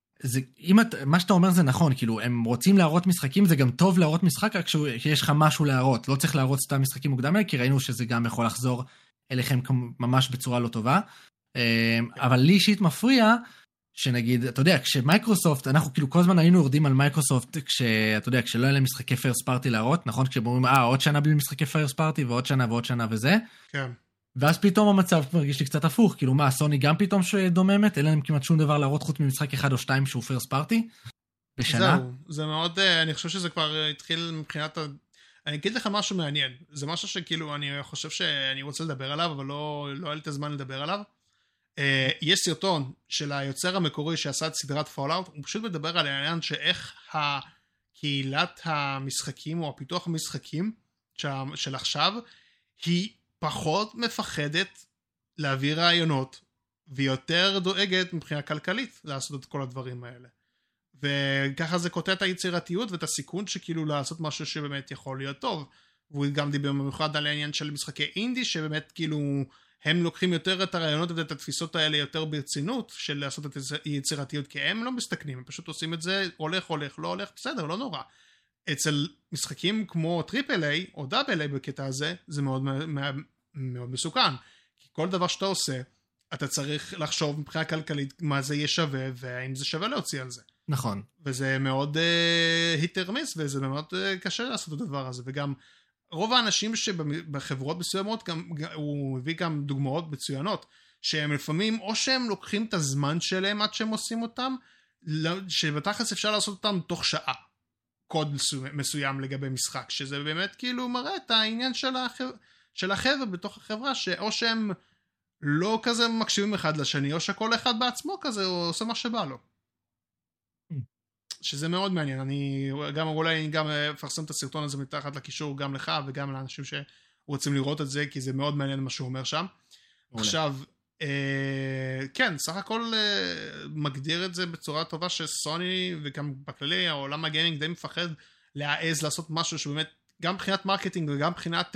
מה שאתה אומר זה נכון, כאילו הם רוצים להראות משחקים, זה גם טוב להראות משחק, רק שיש לך משהו להראות, לא צריך להראות סתם משחקים מוקדם אלה, כי ראינו שזה גם יכול לחזור אליכם ממש בצורה לא טובה, אבל לי אישית מפריע, שנגיד, אתה יודע, כשמייקרוסופט, אנחנו כאילו כל הזמן היינו יורדים על מייקרוסופט, אתה יודע, כשלא היה להם משחקי פיירסט פארטי להראות, נכון? כשאומרים, עוד שנה בלי משחקי פיירסט פארטי, ועוד שנה ועוד שנה וזה. כן. ואז פתאום המצב מרגיש לי קצת הפוך, כאילו מה, סוני גם פתאום שדוממת, אין להם כמעט שום דבר להראות חוץ ממשחק אחד או שתיים שהוא פיירסט פארטי, בשנה. זהו, זה מאוד, אני חושב שזה כבר התחיל מבחינת, אני אגיד לך משהו מעניין, זה משהו שכאילו אני חושב שאני רוצה לדבר עליו, אבל לא היה לי את הזמן לדבר עליו. יש סרטון של היוצר המקורי שעשה את סדרת פולאאוט, הוא פשוט מדבר על העניין שאיך קהילת המשחקים או הפיתוח המשחקים של עכשיו, היא פחות מפחדת להביא רעיונות, ויותר דואגת מבחינה כלכלית לעשות את כל הדברים האלה. וככה זה קוטע את היצירתיות ואת הסיכון שכאילו לעשות משהו שבאמת יכול להיות טוב. והוא גם דיבר במיוחד על העניין של משחקי אינדי, שבאמת כאילו הם לוקחים יותר את הרעיונות ואת התפיסות האלה יותר ברצינות של לעשות את היצירתיות, כי הם לא מסתכנים, הם פשוט עושים את זה, הולך, לא הולך, בסדר, לא נורא. אצל משחקים כמו טריפל איי או דאבל איי בקטע הזה, זה מאוד מאוד מסוכן. כי כל דבר שאתה עושה, אתה צריך לחשוב מבחינה כלכלית מה זה יהיה שווה, והאם זה שווה להוציא על זה. נכון. וזה מאוד היטרמיס, וזה מאוד קשה לעשות את הדבר הזה, וגם רוב האנשים שבחברות מסוימות, הוא מביא גם דוגמאות מצוינות, שהם לפעמים, או שהם לוקחים את הזמן שלהם עד שהם עושים אותם, שבתכלס אפשר לעשות אותם תוך שעה, קוד מסוים לגבי משחק, שזה באמת כאילו מראה את העניין של החבר'ה בתוך החברה, או שהם לא כזה מקשיבים אחד לשני, או שכל אחד בעצמו כזה עושה מה שבא לו. שזה מאוד מעניין, אני גם אולי גם אפרסם את הסרטון הזה מתחת לקישור גם לך וגם לאנשים שרוצים לראות את זה, כי זה מאוד מעניין מה שהוא אומר שם. עכשיו, כן, סך הכל מגדיר את זה בצורה טובה שסוני וגם בכללי העולם הגיימינג די מפחד להעז לעשות משהו שבאמת גם מבחינת מרקטינג וגם מבחינת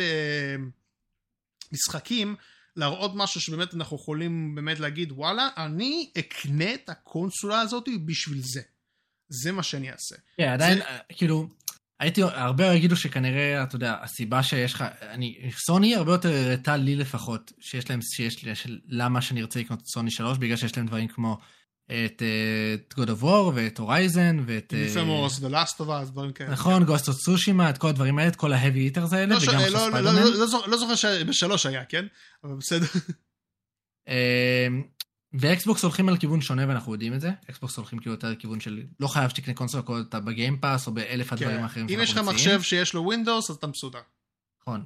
משחקים, להראות משהו שבאמת אנחנו יכולים באמת להגיד וואלה, אני אקנה את הקונסולה הזאת בשביל זה. זה מה שאני אעשה. כן, עדיין, כאילו, הרבה יגידו שכנראה, אתה יודע, הסיבה שיש לך, סוני הרבה יותר הראתה לי לפחות, למה שאני ארצה לקנות את סוני 3, בגלל שיש להם דברים כמו את God of War ואת Horizon ואת... Infamous, The Last of Us, דברים כאלה. נכון, Ghost of Tsushima, את כל הדברים האלה, את כל ה-Heavy Hitters האלה, וגם עכשיו ספיידרמן. לא זוכר שבשלוש היה, כן? אבל בסדר. ואקסבוקס הולכים על כיוון שונה, ואנחנו יודעים את זה. אקסבוקס הולכים כאילו יותר לכיוון של, לא חייב שתקנה קונסולה, כל אותה בגיימפאס, או באלף הדברים האחרים. אם יש לך מחשב שיש לו ווינדוס, אז אתה מסודר. נכון.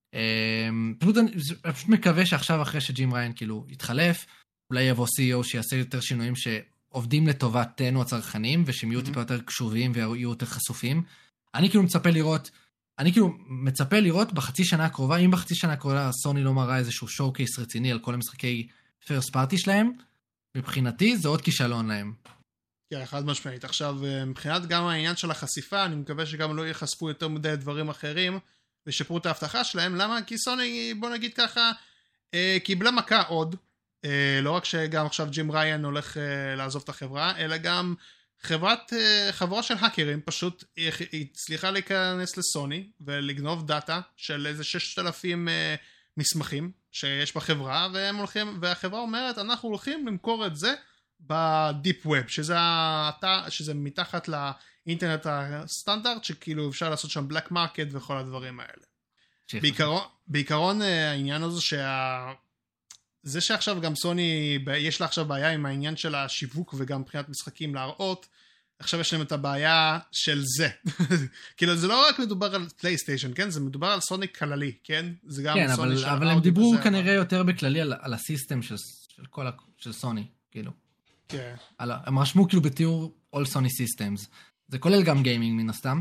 פשוט מקווה שעכשיו אחרי שג'ים ריין כאילו יתחלף, אולי יבוא CEO שיעשה יותר שינויים שעובדים לטובתנו הצרכנים, ושהם יהיו טיפה יותר קשובים ויהיו יותר חשופים. אני כאילו מצפה לראות בחצי שנה הקרובה, אם בחצי שנה הקרובה סוני לא מראה איזשהו שואו-קייס רציני על כל המשחקי פרסט פארטי שלהם, מבחינתי זה עוד כישלון להם. כן, חד משמעית. עכשיו, מבחינת גם העניין של החשיפה, אני מקווה שגם לא יחשפו יותר מדי דברים אחרים, ושפרו את ההבטחה שלהם. למה? כי סוני, בוא נגיד ככה, קיבלה מכה עוד, לא רק שגם עכשיו ג'ים ריין הולך לעזוב את החברה, אלא גם חברה של האקרים פשוט הצליחה להיכנס לסוני, ולגנוב דאטה של איזה 6,000 מסמכים שיש בחברה, והחברה אומרת, אנחנו הולכים למכור את זה בדיפ ווב, שזה מתחת לאינטרנט הסטנדרט, שכאילו אפשר לעשות שם בלק מרקט וכל הדברים האלה. בעיקרון העניין הזה זה שעכשיו גם סוני, יש לה עכשיו בעיה עם העניין של השיווק וגם מבחינת משחקים להראות, עכשיו יש להם את הבעיה של זה. כאילו זה לא רק מדובר על פלייסטיישן, כן? זה מדובר על סוני כללי, כן? זה גם כן, סוני של אבל הם דיברו כנראה יותר בכללי על הסיסטם של סוני, כאילו. כן. הם רשמו כאילו בתיאור All Sony Systems. זה כולל גם גיימינג מן הסתם.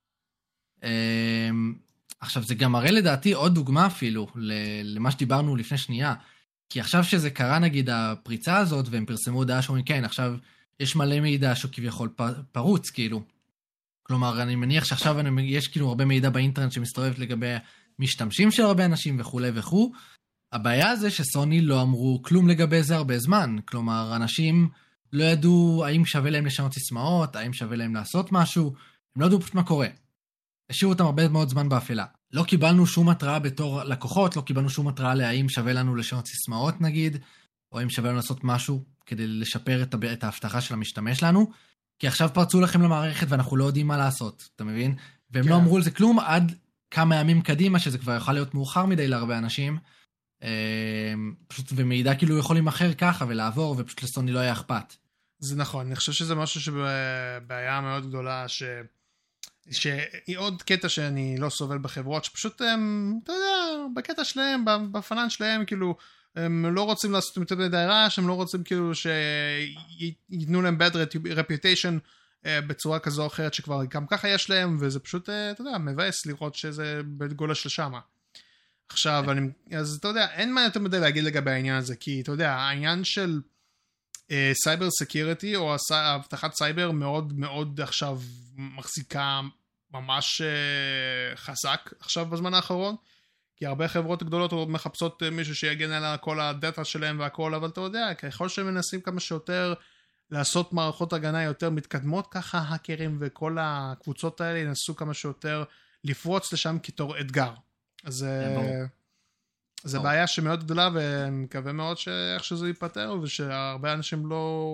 עכשיו זה גם מראה לדעתי עוד דוגמה אפילו למה שדיברנו לפני שנייה. כי עכשיו שזה קרה נגיד הפריצה הזאת, והם פרסמו הודעה שאומרים כן, עכשיו יש מלא מידע שהוא כביכול פרוץ, כאילו. כלומר, אני מניח שעכשיו יש כאילו הרבה מידע באינטרנט שמסתובב לגבי משתמשים של הרבה אנשים וכו' וכו', הבעיה זה שסוני לא אמרו כלום לגבי זה הרבה זמן. כלומר, אנשים לא ידעו האם שווה להם לשנות סיסמאות, האם שווה להם לעשות משהו, הם לא ידעו פשוט מה קורה. השאירו אותם הרבה מאוד זמן באפלה. לא קיבלנו שום התראה בתור לקוחות, לא קיבלנו שום התראה להאם שווה לנו לשנות סיסמאות נגיד, או האם שווה לנו לעשות משהו כדי לשפר את ההבטחה של המשתמש לנו, כי עכשיו פרצו לכם למערכת ואנחנו לא יודעים מה לעשות, אתה מבין? והם לא אמרו על זה כלום עד כמה ימים קדימה, שזה כבר יכול להיות מאוחר מדי להרבה אנשים, פשוט ומידע כאילו יכולים אחר ככה ולעבור, ופשוט לסוני לא היה אכפת. זה נכון, אני חושב שזה משהו שבעיה מאוד גדולה, שהיא עוד קטע שאני לא סובל בחברות, שפשוט אתה יודע, בקטע שלהם, בפנן שלהם, כאילו, הם לא רוצים לעשות יותר מדי רעש, הם לא רוצים כאילו שיתנו להם bad reputation בצורה כזו או אחרת, שכבר גם ככה יש להם, וזה פשוט, אתה יודע, מבאס לראות שזה גולש לשם. עכשיו, אז אתה יודע, אין מה יותר מדי להגיד לגבי העניין הזה, כי אתה יודע, העניין של סייבר סקיוריטי, או הבטחת סייבר מאוד מאוד עכשיו מחזיקה ממש חזק עכשיו בזמן האחרון, כי הרבה חברות גדולות מחפשות מישהו שיגן על כל הדאטה שלהם והכל, אבל אתה יודע, ככל שהם מנסים כמה שיותר לעשות מערכות הגנה יותר מתקדמות, ככה האקרים וכל הקבוצות האלה ינסו כמה שיותר לפרוץ לשם כתור אתגר. אז זה בעיה שמאוד גדולה, ומקווה מאוד שאיך שזה ייפטר, ושהרבה אנשים לא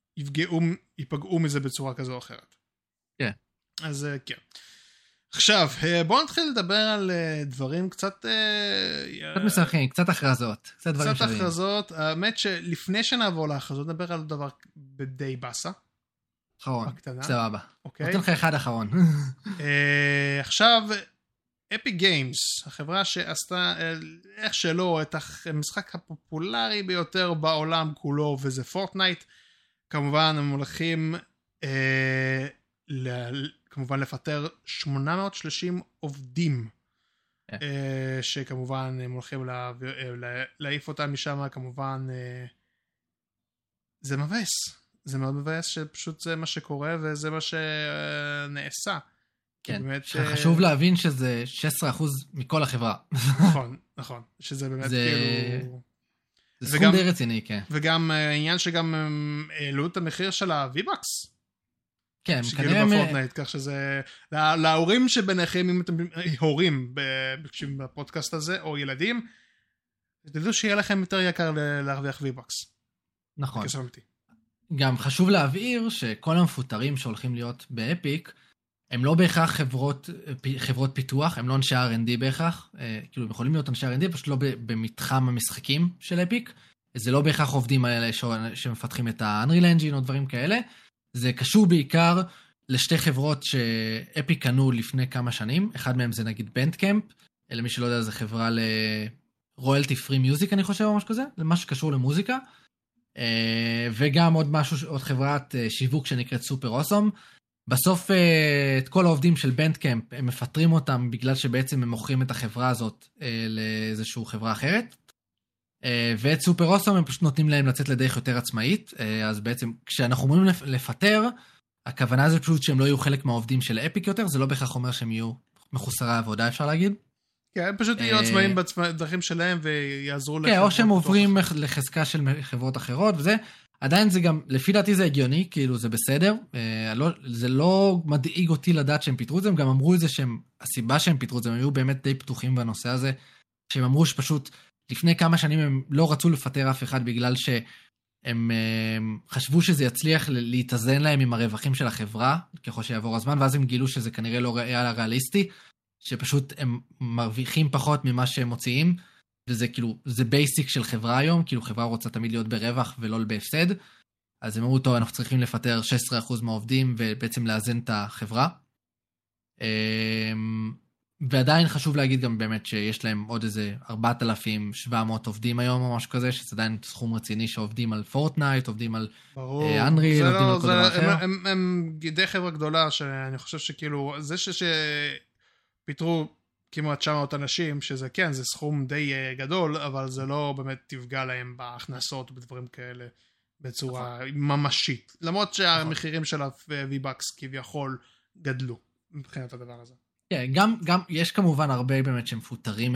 ייפגעו מזה בצורה כזו או אחרת. כן. אז כן. עכשיו, בואו נתחיל לדבר על דברים קצת משחקים, קצת הכרזות. קצת הכרזות. האמת שלפני שנעבור להכרזות, נדבר על דבר די בסה. אחרון, סבבה. נותן לך אחד אחרון. עכשיו, אפיק גיימס, החברה שעשתה איך שלא את המשחק הפופולרי ביותר בעולם כולו, וזה פורטנייט. כמובן הם הולכים כמובן לפטר 830 עובדים, שכמובן הם הולכים להעיף אותם משם. כמובן זה מבאס, זה מאוד מבאס שפשוט זה מה שקורה וזה מה שנעשה. כן, חשוב להבין שזה 16% מכל החברה. נכון, שזה באמת כאילו... זה סכום די רציני, כן. וגם העניין שגם העלו את המחיר של הוויבקס. כן, כנראה... בפורטנייט, כך שזה... להורים שביניכם, אם אתם הורים בפודקאסט הזה, או ילדים, תדעו שיהיה לכם יותר יקר להרוויח ויבקס. נכון. גם חשוב להבהיר שכל המפוטרים שהולכים להיות באפיק, הם לא בהכרח חברות פיתוח, הם לא אנשי R&D בהכרח, כאילו הם יכולים להיות אנשי R&D, פשוט לא במתחם המשחקים של אפיק, זה לא בהכרח עובדים האלה שמפתחים את ה-Unreal Engine או דברים כאלה, זה קשור בעיקר לשתי חברות שאפיק קנו לפני כמה שנים, אחד מהם זה נגיד בנדקאמפ, למי שלא יודע זה חברה ל-Royalty Free Music אני חושב או משהו כזה, זה משהו שקשור למוזיקה, וגם עוד חברת שיווק שנקראת סופר אוסום, בסוף את כל העובדים של בנדקאמפ, הם מפטרים אותם בגלל שבעצם הם מוכרים את החברה הזאת לאיזושהי חברה אחרת. ואת סופר אוסום הם פשוט נותנים להם לצאת לדרך יותר עצמאית. אז בעצם כשאנחנו אומרים לפטר, הכוונה זה פשוט שהם לא יהיו חלק מהעובדים של אפיק יותר, זה לא בהכרח אומר שהם יהיו מחוסרי עבודה, אפשר להגיד. כן, הם פשוט יהיו עצמאים בדרכים שלהם ויעזרו כן, או שהם עוברים לחזקה של חברות אחרות וזה. עדיין זה גם, לפי דעתי זה הגיוני, כאילו זה בסדר, זה לא מדאיג אותי לדעת שהם פיתרו את זה, הם גם אמרו את זה הסיבה שהם פיתרו את זה, הם היו באמת די פתוחים בנושא הזה, שהם אמרו שפשוט לפני כמה שנים הם לא רצו לפטר אף אחד, בגלל שהם חשבו שזה יצליח להתאזן להם עם הרווחים של החברה, ככל שיעבור הזמן, ואז הם גילו שזה כנראה לא היה ריאליסטי, שפשוט הם מרוויחים פחות ממה שהם מוציאים, וזה כאילו, זה בייסיק של חברה היום, כאילו חברה רוצה תמיד להיות ברווח ולא בהפסד, אז הם אמרו, טוב, אנחנו צריכים לפטר 16% מהעובדים, ובעצם לאזן את החברה. ועדיין חשוב להגיד גם באמת שיש להם עוד איזה 4,700 עובדים היום, או משהו כזה, שזה עדיין סכום רציני שעובדים על פורטנייט, עובדים על אנריל, עובדים על כל דבר אחר. הם די חברה גדולה, שאני חושב שכאילו, זה שפיתרו כמעט 900 אנשים, שזה כן, זה סכום די גדול, אבל זה לא באמת תפגע להם בהכנסות ובדברים כאלה בצורה ממשית. למרות שהמחירים של ה-V-Bucks כביכול גדלו מבחינת הדבר הזה. כן, גם יש כמובן הרבה באמת שמפוטרים,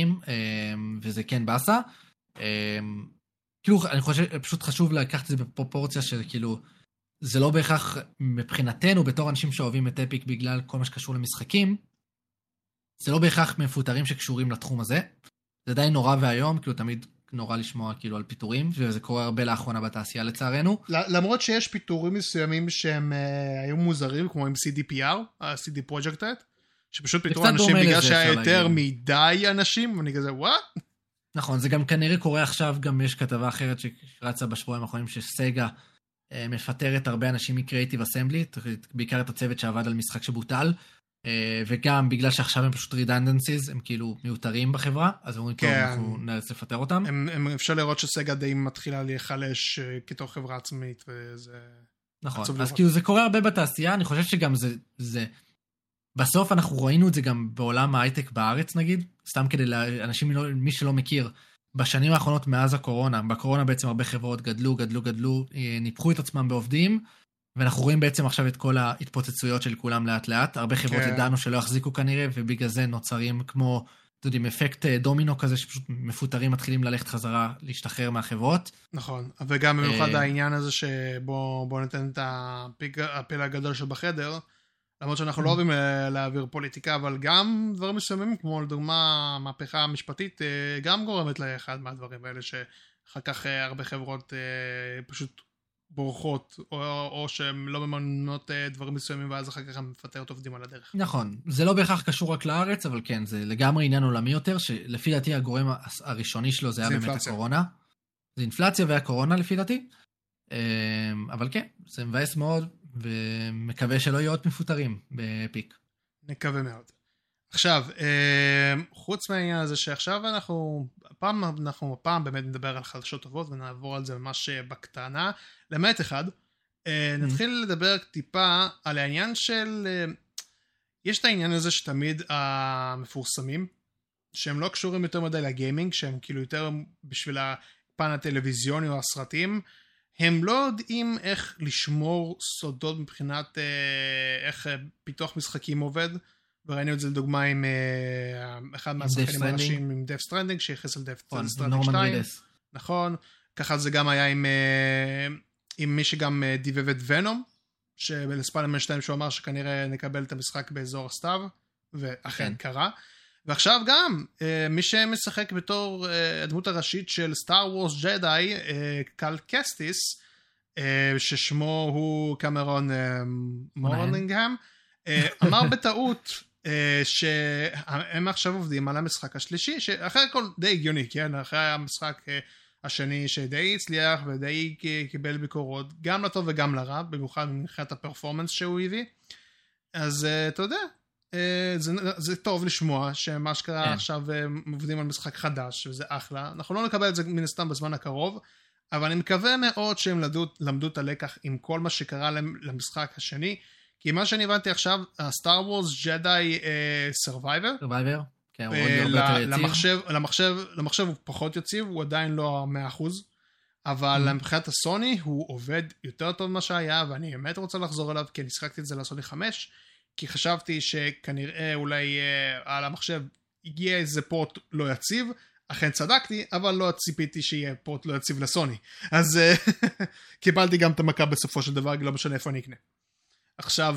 וזה כן באסה. כאילו, אני חושב, פשוט חשוב לקחת את זה בפרופורציה של כאילו, זה לא בהכרח מבחינתנו, בתור אנשים שאוהבים את אפיק בגלל כל מה שקשור למשחקים, זה לא בהכרח מפוטרים שקשורים לתחום הזה. זה די נורא והיום, כאילו תמיד נורא לשמוע כאילו על פיטורים, וזה קורה הרבה לאחרונה בתעשייה לצערנו. למרות שיש פיטורים מסוימים שהם היו מוזרים, כמו עם CDPR, CD Projekt Red, שפשוט פיטרו אנשים בגלל שהיה יותר מדי אנשים, ואני כזה, וואט? נכון, זה גם כנראה קורה עכשיו, גם יש כתבה אחרת שרצה בשבועיים האחרונים, שסגה מפטרת הרבה אנשים מקריאיטיב אסמבלי, בעיקר את הצוות שעבד על משחק שבוטל, וגם בגלל שעכשיו הם פשוט redundancies, הם כאילו מיותרים בחברה, אז אומרים, טוב, אנחנו נאלץ לפטר אותם. אפשר לראות שסגה די מתחילה להיחלש כתוך חברה עצמית, וזה... נכון, אז כאילו זה קורה הרבה בתעשייה, אני חושב שגם זה... בסוף אנחנו ראינו את זה גם בעולם ההייטק בארץ נגיד, סתם כדי לאנשים, מי שלא מכיר, בשנים האחרונות מאז הקורונה, בקורונה בעצם הרבה חברות גדלו, ניפחו את עצמם בעובדים, ואנחנו רואים בעצם עכשיו את כל ההתפוצצויות של כולם לאט לאט, הרבה חברות ידענו שלא יחזיקו כנראה, ובגלל זה נוצרים כמו, אתה יודעים, אפקט דומינו כזה, שפשוט מפוטרים מתחילים ללכת חזרה, להשתחרר מהחברות. נכון, וגם במיוחד העניין הזה שבוא ניתן את הפיל הגדול שבחדר, למרות שאנחנו לא אוהבים להעביר פוליטיקה, אבל גם דברים מסוימים, כמו לדוגמה מהפכה המשפטית, גם גורמת לאחד מהדברים האלה, שאחר כך הרבה חברות פשוט בורחות, או שהן לא ממנות דברים מסוימים, ואז אחר כך הם מפטרת עובדים על הדרך. נכון, זה לא בהכרח קשור רק לארץ, אבל כן, זה לגמרי עניין עולמי יותר, שלפי דעתי הגורם הראשוני שלו זה היה באמת הקורונה. זה אינפלציה והקורונה לפי דעתי, אבל כן, זה מבאס מאוד, ומקווה שלא יהיו עוד מפוטרים בפיק. נקווה מאוד. עכשיו, חוץ מהעניין הזה שעכשיו אנחנו הפעם באמת נדבר על חדשות טובות, ונעבור על זה ממש בקטנה, למעט אחד, נתחיל לדבר טיפה על העניין של, יש את העניין הזה שתמיד המפורסמים, שהם לא קשורים יותר מדי לגיימינג, שהם כאילו יותר בשביל הפן הטלוויזיוני או הסרטים, הם לא יודעים איך לשמור סודות מבחינת איך פיתוח משחקים עובד, וראינו את זה לדוגמה עם אחד מהשחקנים הראשיים עם Death Stranding, שיחס על Death Stranding 2. נכון, ככה זה גם היה עם מי שגם דיבב את ונום, שבספיידרמן 2 שהוא אמר שכנראה נקבל את המשחק באזור הסתיו, ואכן קרה. ועכשיו גם, מי שמשחק בתור הדמות הראשית של סטאר וורס ג'די, קל קסטיס, ששמו הוא קמרון מורנינגהם, אמר בטעות שהם עכשיו עובדים על המשחק השלישי, שאחרי הכל די הגיוני, כן? אחרי המשחק השני שדי הצליח ודי קיבל ביקורות, גם לטוב וגם לרע, במיוחד מבחינת הפרפורמנס שהוא הביא. אז אתה יודע, זה טוב לשמוע שמה שקרה עכשיו עובדים על משחק חדש, וזה אחלה. אנחנו לא נקבל את זה מן הסתם בזמן הקרוב, אבל אני מקווה מאוד שהם למדו את הלקח עם כל מה שקרה למשחק השני, כי מה שאני הבנתי עכשיו, הסטאר וורס ג'די סרווייבר, למחשב הוא פחות יציב, הוא עדיין לא 100%, אבל מבחינת הסוני הוא עובד יותר טוב ממה שהיה, ואני באמת רוצה לחזור אליו, כי אני שחקתי את זה לסוני 5, כי חשבתי שכנראה אולי על המחשב הגיע איזה פורט לא יציב, אכן צדקתי, אבל לא ציפיתי שיהיה פורט לא יציב לסוני. אז קיבלתי גם את המכה בסופו של דבר, לא משנה איפה אני אקנה. עכשיו,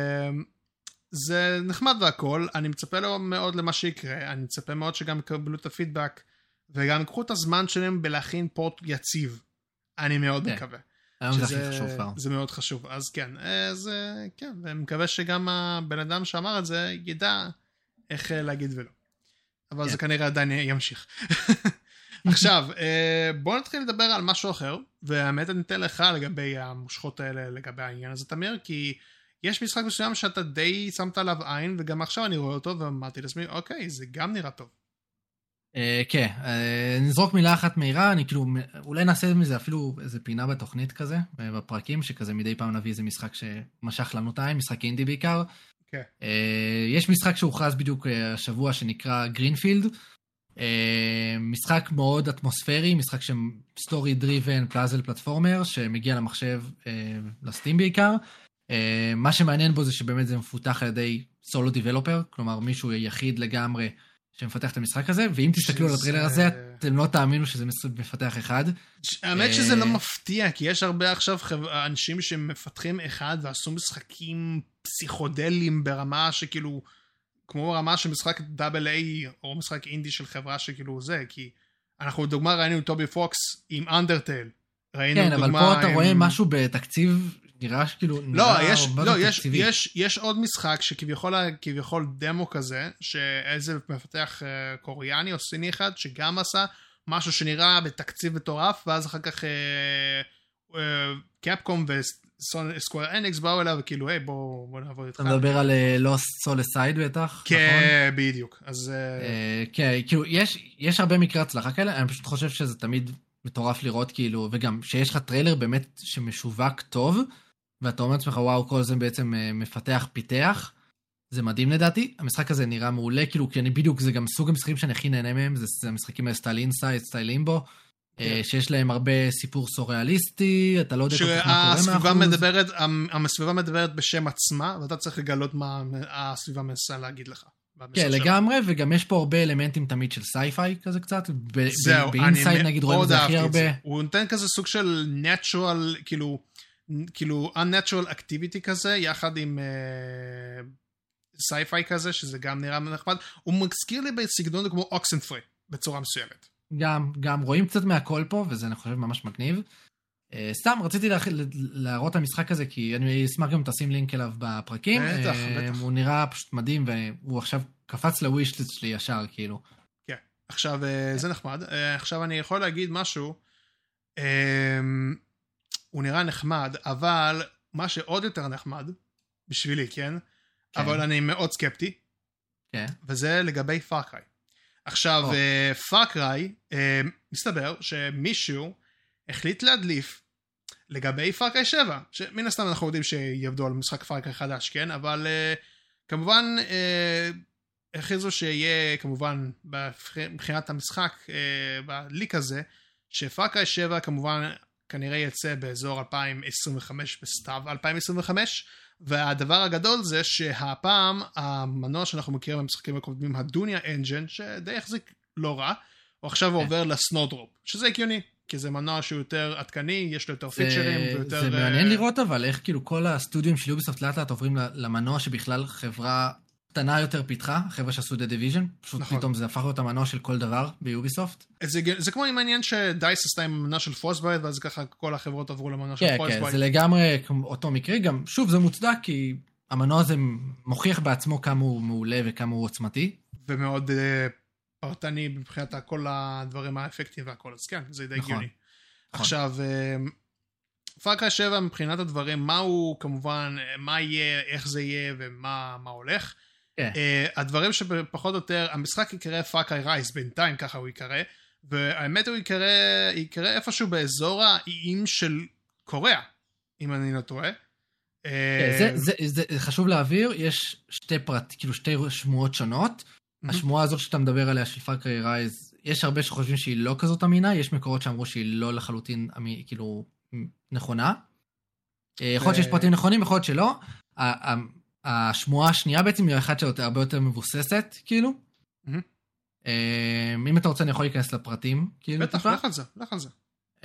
זה נחמד והכל, אני מצפה מאוד למה שיקרה, אני מצפה מאוד שגם יקבלו את הפידבק, וגם יקחו את הזמן שלהם בלהכין פורט יציב. אני מאוד מקווה. זה מאוד חשוב, אז כן, כן, ואני מקווה שגם הבן אדם שאמר את זה ידע איך להגיד ולא. אבל זה כנראה עדיין ימשיך. עכשיו, בואו נתחיל לדבר על משהו אחר, והאמת אני אתן לך לגבי המושכות האלה, לגבי העניין הזה, תמיר, כי יש משחק מסוים שאתה די שמת עליו עין, וגם עכשיו אני רואה אותו, ואמרתי לעצמי, אוקיי, זה גם נראה טוב. כן, נזרוק מילה אחת מהירה, אני כאילו, אולי נעשה מזה אפילו איזה פינה בתוכנית כזה, בפרקים, שכזה מדי פעם נביא איזה משחק שמשך לנו טיים, משחק אינדי בעיקר. יש משחק שהוכרז בדיוק השבוע שנקרא גרינפילד, משחק מאוד אטמוספרי, משחק סטורי דריבן פלאזל פלטפורמר, שמגיע למחשב, לסטים בעיקר. מה שמעניין בו זה שבאמת זה מפותח על ידי סולו דיבלופר, כלומר מישהו יחיד לגמרי שמפתח את המשחק הזה, ואם תסתכלו על הטריילר הזה, אתם לא תאמינו שזה מפתח אחד. האמת שזה לא מפתיע, כי יש הרבה עכשיו אנשים שמפתחים אחד, ועשו משחקים פסיכודליים ברמה שכאילו, כמו ברמה של משחק דאבל איי, או משחק אינדי של חברה שכאילו זה, כי אנחנו דוגמה ראינו טובי פוקס עם אנדרטייל. כן, אבל פה אתה רואה משהו בתקציב, נראה שכאילו... לא, יש עוד משחק שכביכול דמו כזה, שאיזה מפתח קוריאני או סיני אחד, שגם עשה משהו שנראה בתקציב מטורף, ואז אחר כך קפקום וסקוואר אניקס באו אליו, וכאילו, היי, בוא נעבור איתך. אתה מדבר על Lost Soul Aside בטח? כן, בדיוק. כן, כאילו, יש הרבה מקרי הצלחה כאלה, אני פשוט חושב שזה תמיד מטורף לראות, כאילו, וגם שיש לך טריילר באמת שמשווק טוב, ואתה אומר לעצמך, וואו, כל זה בעצם מפתח, פיתח, זה מדהים לדעתי. המשחק הזה נראה מעולה, כאילו, כי אני בדיוק, זה גם סוג המשחקים שאני הכי נהנה מהם, זה המשחקים הסטייל אינסייד, סטייל לימבו, שיש להם הרבה סיפור סוריאליסטי, אתה לא יודע כל כך מה קורה מאחוז. הסביבה מדברת בשם עצמה, ואתה צריך לגלות מה הסביבה מנסה להגיד לך. כן, לגמרי, וגם יש פה הרבה אלמנטים תמיד של סייפיי כזה קצת, באינסייד נגיד רואים את זה הכי הרבה. הוא נותן כזה סוג של natural, כאילו unnatural activity כזה, יחד עם סייפיי כזה, שזה גם נראה נחמד. הוא מזכיר לי בסגנון כמו אוקסנפרי, בצורה מסוימת. גם רואים קצת מהכל פה, וזה אני חושב ממש מגניב. סתם, רציתי להראות המשחק הזה, כי אני אשמח גם תשים לינק אליו בפרקים. בטח. הוא נראה פשוט מדהים, והוא עכשיו קפץ לווישליסט שלי ישר, כאילו. כן, עכשיו זה נחמד. עכשיו אני יכול להגיד משהו, הוא נראה נחמד, אבל מה שעוד יותר נחמד, בשבילי, כן? אבל אני מאוד סקפטי, וזה לגבי פארקריי. עכשיו, פארקריי, מסתבר שמישהו החליט להדליף לגבי פארקריי 7, שמן הסתם אנחנו יודעים שיעבדו על משחק פארקריי חדש, כן? אבל כמובן, הכריזו שיהיה כמובן מבחינת המשחק בליק הזה, שפארקריי 7 כמובן כנראה יצא באזור 2025 בסתיו 2025, והדבר הגדול זה שהפעם המנוע שאנחנו מכירים במשחקים הקודמים, הדוניה אנג'ן, שדי החזיק לא רע, הוא עכשיו עובר לסנודרופ, שזה הגיוני, כי זה מנוע שהוא יותר עדכני, יש לו יותר פיצ'רים ויותר... זה מעניין לראות אבל איך כאילו כל הסטודיו של יוביסופט לאט לאט עוברים למנוע שבכלל חברה קטנה יותר פיתחה, חבר'ה שעשו The Division, פשוט פתאום זה הפך להיות המנוע של כל דבר ביוביסופט. זה כמו עם העניין שדייס עשתה עם המנוע של פרוסטבייט, ואז ככה כל החברות עברו למנוע של פרוסטבייט. כן, זה לגמרי אותו מקרה, גם שוב זה מוצדק, כי המנוע הזה מוכיח בעצמו כמה הוא מעולה וכמה הוא עוצמתי. ומאוד פרטני מבחינת כל הדברים האפקטיים והכל, אז כן, זה די הגיוני. עכשיו, פארקריי 7 מבחינת הדברים, מה הוא כמובן, מה יהיה, איך זה יהיה ומה הולך. הדברים שפחות או יותר, המשחק יקרא פארקריי רייז, בינתיים ככה הוא יקרא, והאמת הוא יקרא איפשהו באזור האיים של קוריאה, אם אני לא טועה. זה חשוב להעביר, יש שתי שמועות שונות, השמועה הזאת שאתה מדבר עליה של פארקריי רייז, יש הרבה שחושבים שהיא לא כזאת אמינה, יש מקורות שאמרו שהיא לא לחלוטין כאילו נכונה. יכול להיות שיש פרטים נכונים, יכול להיות שלא. השמועה השנייה בעצם היא אחת שהרבה יותר מבוססת, כאילו. אם אתה רוצה אני יכול להיכנס לפרטים, כאילו. בטח, לך על זה.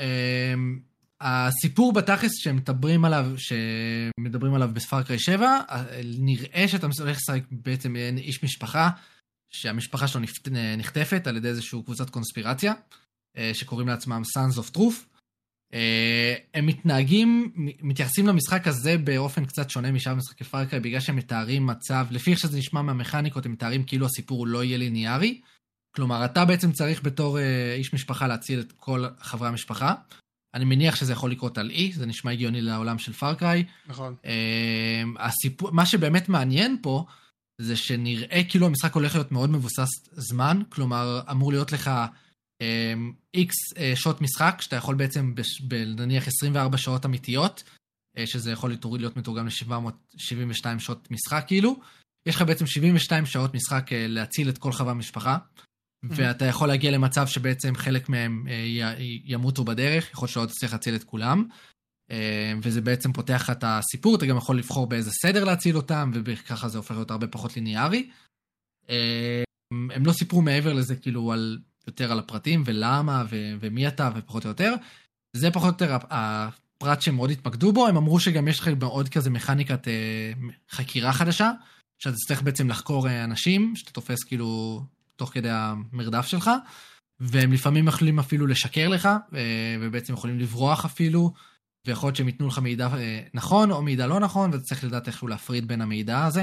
הסיפור בתכלס שמדברים עליו בפארקריי 7, נראה שאתה הולך לשחק בעצם איש משפחה, שהמשפחה שלו נחטפת על ידי איזושהי קבוצת קונספירציה, שקוראים לעצמם Sons of Truth. הם מתייחסים למשחק הזה באופן קצת שונה משאר משחקי פארקריי, בגלל שהם מתארים מצב, לפי איך שזה נשמע מהמכניקות, הם מתארים כאילו הסיפור לא יהיה ליניארי, כלומר אתה בעצם צריך בתור איש משפחה להציל את כל חברי המשפחה, אני מניח שזה יכול לקרות על אי, זה נשמע הגיוני לעולם של פארקריי. נכון. מה שבאמת מעניין פה, זה שנראה כאילו המשחק הולך להיות מאוד מבוסס זמן, כלומר אמור להיות לך X שעות משחק, שאתה יכול בעצם נניח 24 שעות אמיתיות, שזה יכול להיות מתורגם ל-772 שעות משחק כאילו, יש לך בעצם 72 שעות משחק להציל את כל חברי המשפחה, ואתה יכול להגיע למצב שבעצם חלק מהם ימותו בדרך, יכול להיות שלא תצליח להציל את כולם, וזה בעצם פותח את הסיפור, אתה גם יכול לבחור באיזה סדר להציל אותם, וככה זה הופך להיות הרבה פחות ליניארי. הם לא סיפרו מעבר לזה כאילו יותר על הפרטים, ולמה, ומי אתה, ופחות או יותר. זה פחות או יותר הפרט שהם מאוד התמקדו בו, הם אמרו שגם יש לך מאוד כזה מכניקת חקירה חדשה, שאתה צריך בעצם לחקור אנשים, שאתה תופס כאילו תוך כדי המרדף שלך, והם לפעמים יכולים אפילו לשקר לך, ובעצם יכולים לברוח אפילו, ויכול להיות שהם ייתנו לך מידע נכון, או מידע לא נכון, ואתה צריך לדעת איכשהו להפריד בין המידע הזה.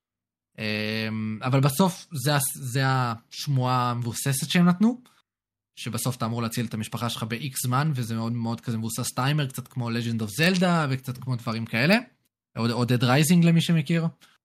אבל בסוף זה השמועה המבוססת שהם נתנו, שבסוף אתה אמור להציל את המשפחה שלך ב-X זמן, וזה מאוד מאוד כזה מבוסס טיימר, קצת כמו Legend of Zelda, וקצת כמו דברים כאלה. או Dead Rising למי שמכיר.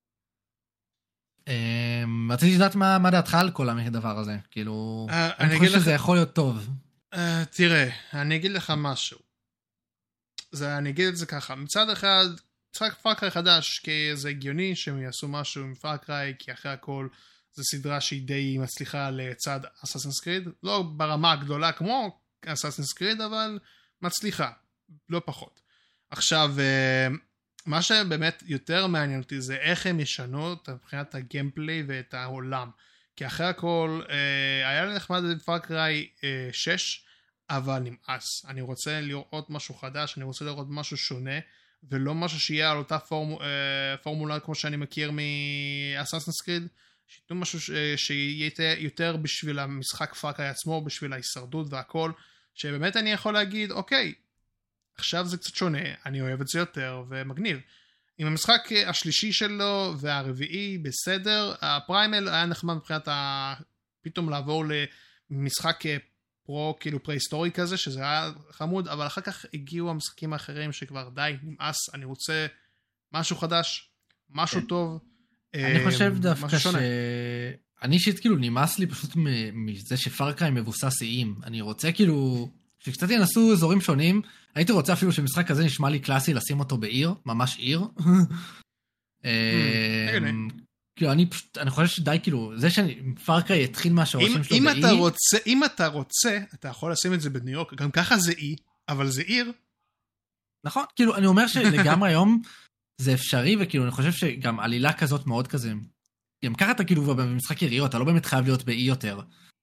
רציתי לדעת מה דעתך על כל הדבר הזה. כאילו, אני חושב שזה יכול להיות טוב. תראה, אני אגיד לך משהו. אני אגיד את זה ככה. מצד אחד, משחק פארקריי חדש, כי זה הגיוני שהם יעשו משהו עם פארקריי, כי אחרי הכל זו סדרה שהיא די מצליחה לצד אסאסינס קריד. לא ברמה הגדולה כמו אסאסינס קריד, אבל מצליחה. לא פחות. עכשיו, מה שבאמת יותר מעניין אותי זה איך הם ישנו את מבחינת הגיימפליי ואת העולם. כי אחרי הכל, היה לי נחמד בפארקריי 6, אבל נמאס. אני רוצה לראות משהו חדש, אני רוצה לראות משהו שונה, ולא משהו שיהיה על אותה פורמולה כמו שאני מכיר מאסאסינס קריד, שיתנו משהו שיהיה יותר בשביל המשחק פארקריי עצמו, בשביל ההישרדות והכל, שבאמת אני יכול להגיד, אוקיי, עכשיו זה קצת שונה, אני אוהב את זה יותר ומגניב. עם המשחק השלישי שלו והרביעי בסדר, הפריימל היה נחמד מבחינת פתאום לעבור למשחק פרו, כאילו פרה-היסטורי כזה, שזה היה חמוד, אבל אחר כך הגיעו המשחקים האחרים שכבר די נמאס, אני רוצה משהו חדש, משהו טוב. אני חושב דווקא אני אישית כאילו נמאס לי פשוט מזה שפארקריי מבוסס איים. אני רוצה כאילו שקצת ינסו אזורים שונים, הייתי רוצה אפילו שמשחק כזה נשמע לי קלאסי לשים אותו בעיר, ממש עיר. כאילו אני חושב שדי כאילו, זה שפארקריי התחיל מהשורשים שלו באי. אם אתה רוצה, אתה יכול לשים את זה בניו יורק, גם ככה זה אי, אבל זה עיר. נכון, כאילו אני אומר שלגמרי היום זה אפשרי, וכאילו אני חושב שגם עלילה כזאת מאוד כזה, גם ככה אתה כאילו במשחק יריות, אתה לא באמת חייב להיות באי יותר.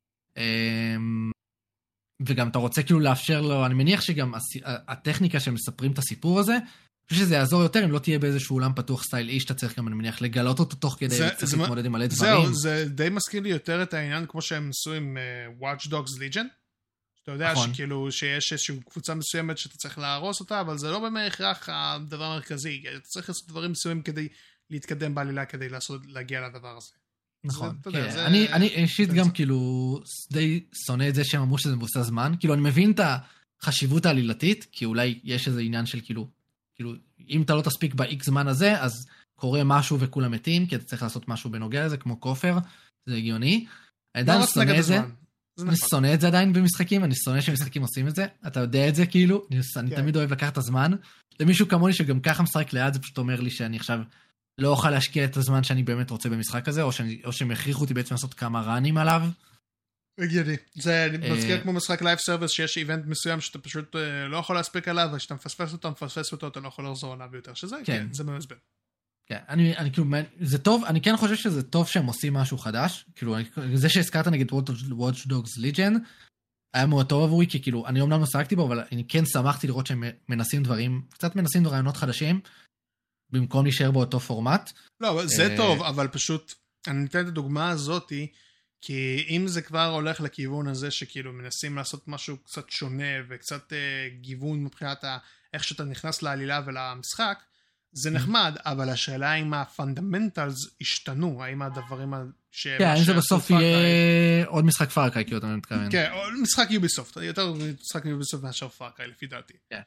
וגם אתה רוצה כאילו לאפשר לו, אני מניח שגם הטכניקה שמספרים את הסיפור הזה, אני חושב שזה יעזור יותר אם לא תהיה באיזשהו עולם פתוח סטייל אי, שאתה צריך גם, אני מניח, לגלות אותו תוך כדי קצת להתמודד עם מלא דברים. זהו, זה די מזכיר לי יותר את העניין כמו שהם עשו עם Watch Dogs Legion, שאתה יודע שכאילו שיש איזושהי קבוצה מסוימת שאתה צריך להרוס אותה, אבל זה לא במהכרח הדבר המרכזי, אתה צריך לעשות דברים מסוימים כדי להתקדם בעלילה, כדי להגיע לדבר הזה. נכון, אני אישית גם כאילו די שונא את זה שהם אמרו שזה מבוסס זמן, כאילו אני מבין את החשיבות העלילתית, כי אולי יש איזה עניין של כאילו אם אתה לא תספיק ב-X זמן הזה, אז קורה משהו וכולם מתים, כי אתה צריך לעשות משהו בנוגע לזה, כמו כופר, זה הגיוני. אני עדיין שונא את זה, אני שונא את זה עדיין במשחקים, אני שונא שמשחקים עושים את זה, אתה יודע את זה כאילו, אני תמיד אוהב לקחת את הזמן, למישהו כמוני שגם ככה משחק ליד, זה פשוט אומר לי שאני עכשיו לא אוכל להשקיע את הזמן שאני באמת רוצה במשחק הזה, או שהם הכריחו אותי בעצם לעשות כמה ראנים עליו. הגיוני. זה מזכיר כמו משחק לייב סרוויס, שיש איבנט מסוים שאתה פשוט לא יכול להספיק עליו, ושאתה מפספס אותו, אתה לא יכול לחזור עליו יותר, שזה, כן, זה מעצבן. כן, אני כאילו, זה טוב, אני כן חושב שזה טוב שהם עושים משהו חדש, כאילו, זה שהזכרת נגיד Watch Dogs Legion, היה מאוד טוב עבורי, כי כאילו, אני אומנם לא שחקתי בו, אבל אני כן שמחתי לראות שהם מנסים דברים, קצת מנסים רעיונות חדשים, במקום להישאר באותו פורמט. לא, זה טוב, אבל פשוט, אני אתן את הדוגמה הזאתי, כי אם זה כבר הולך לכיוון הזה, שכאילו מנסים לעשות משהו קצת שונה, וקצת גיוון מבחינת איך שאתה נכנס לעלילה ולמשחק, זה נחמד, אבל השאלה אם הפונדמנטלס השתנו, האם הדברים כן, האם זה בסוף יהיה עוד משחק פארקריי, כאילו אתה מתכוון. כן, משחק יוביסופט, יותר משחק יוביסופט מאשר פארקריי, לפי דעתי. כן,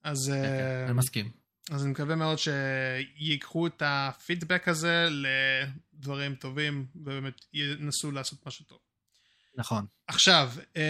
אני מסכים. אז אני מקווה מאוד שיקחו את הפידבק הזה לדברים טובים, ובאמת ינסו לעשות משהו טוב. נכון. עכשיו,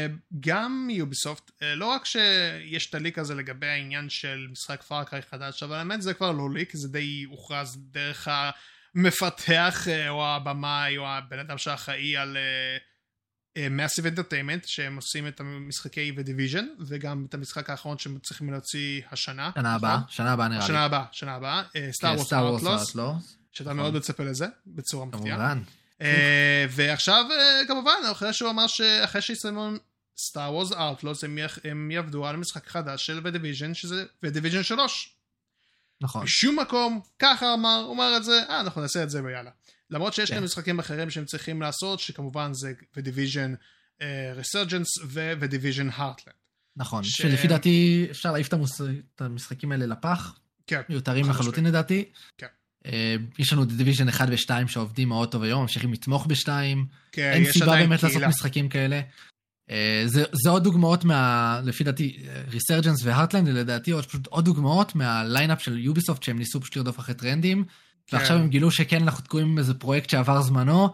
גם יוביסופט, לא רק שיש את הליק הזה לגבי העניין של משחק פארקריי חדש, אבל האמת זה כבר לא ליק, זה די הוכרז דרך המפתח, או הבמאי, או הבן אדם שאחראי על Massive Entertainment, שהם עושים את המשחקי The Division, וגם את המשחק האחרון שהם צריכים להוציא השנה. שנה הבאה נראה לי. שנה הבאה, Star Wars Outlaws, שאתה מאוד מצפה לזה, בצורה מפתיעה. כמובן. ועכשיו, כמובן, אחרי שהוא אמר שאחרי שיסיימו Star Wars Outlaws, הם יעבדו על משחק חדש של The Division, שזה The Division 3. נכון. בשום מקום, ככה הוא אמר את זה, אנחנו נעשה את זה ויאללה. למרות שיש להם משחקים אחרים שהם צריכים לעשות, שכמובן זה The Division Resurgence ו-The Division Heartland. נכון, שלפי דעתי אפשר להעיף את המשחקים האלה לפח, מיותרים לחלוטין לדעתי. יש לנו The Division 1 ו-2 שעובדים מאוד טוב היום, ממשיכים לתמוך ב-2, אין סיבה באמת לעשות משחקים כאלה. זה עוד דוגמאות לפי דעתי, Resurgence ו-Heartland, לדעתי עוד דוגמאות מהליינאפ של יוביסופט, שהם ניסו פשוט לרדוף אחרי טרנדים, ועכשיו הם גילו שכן, אנחנו תקועים עם איזה פרויקט שעבר זמנו,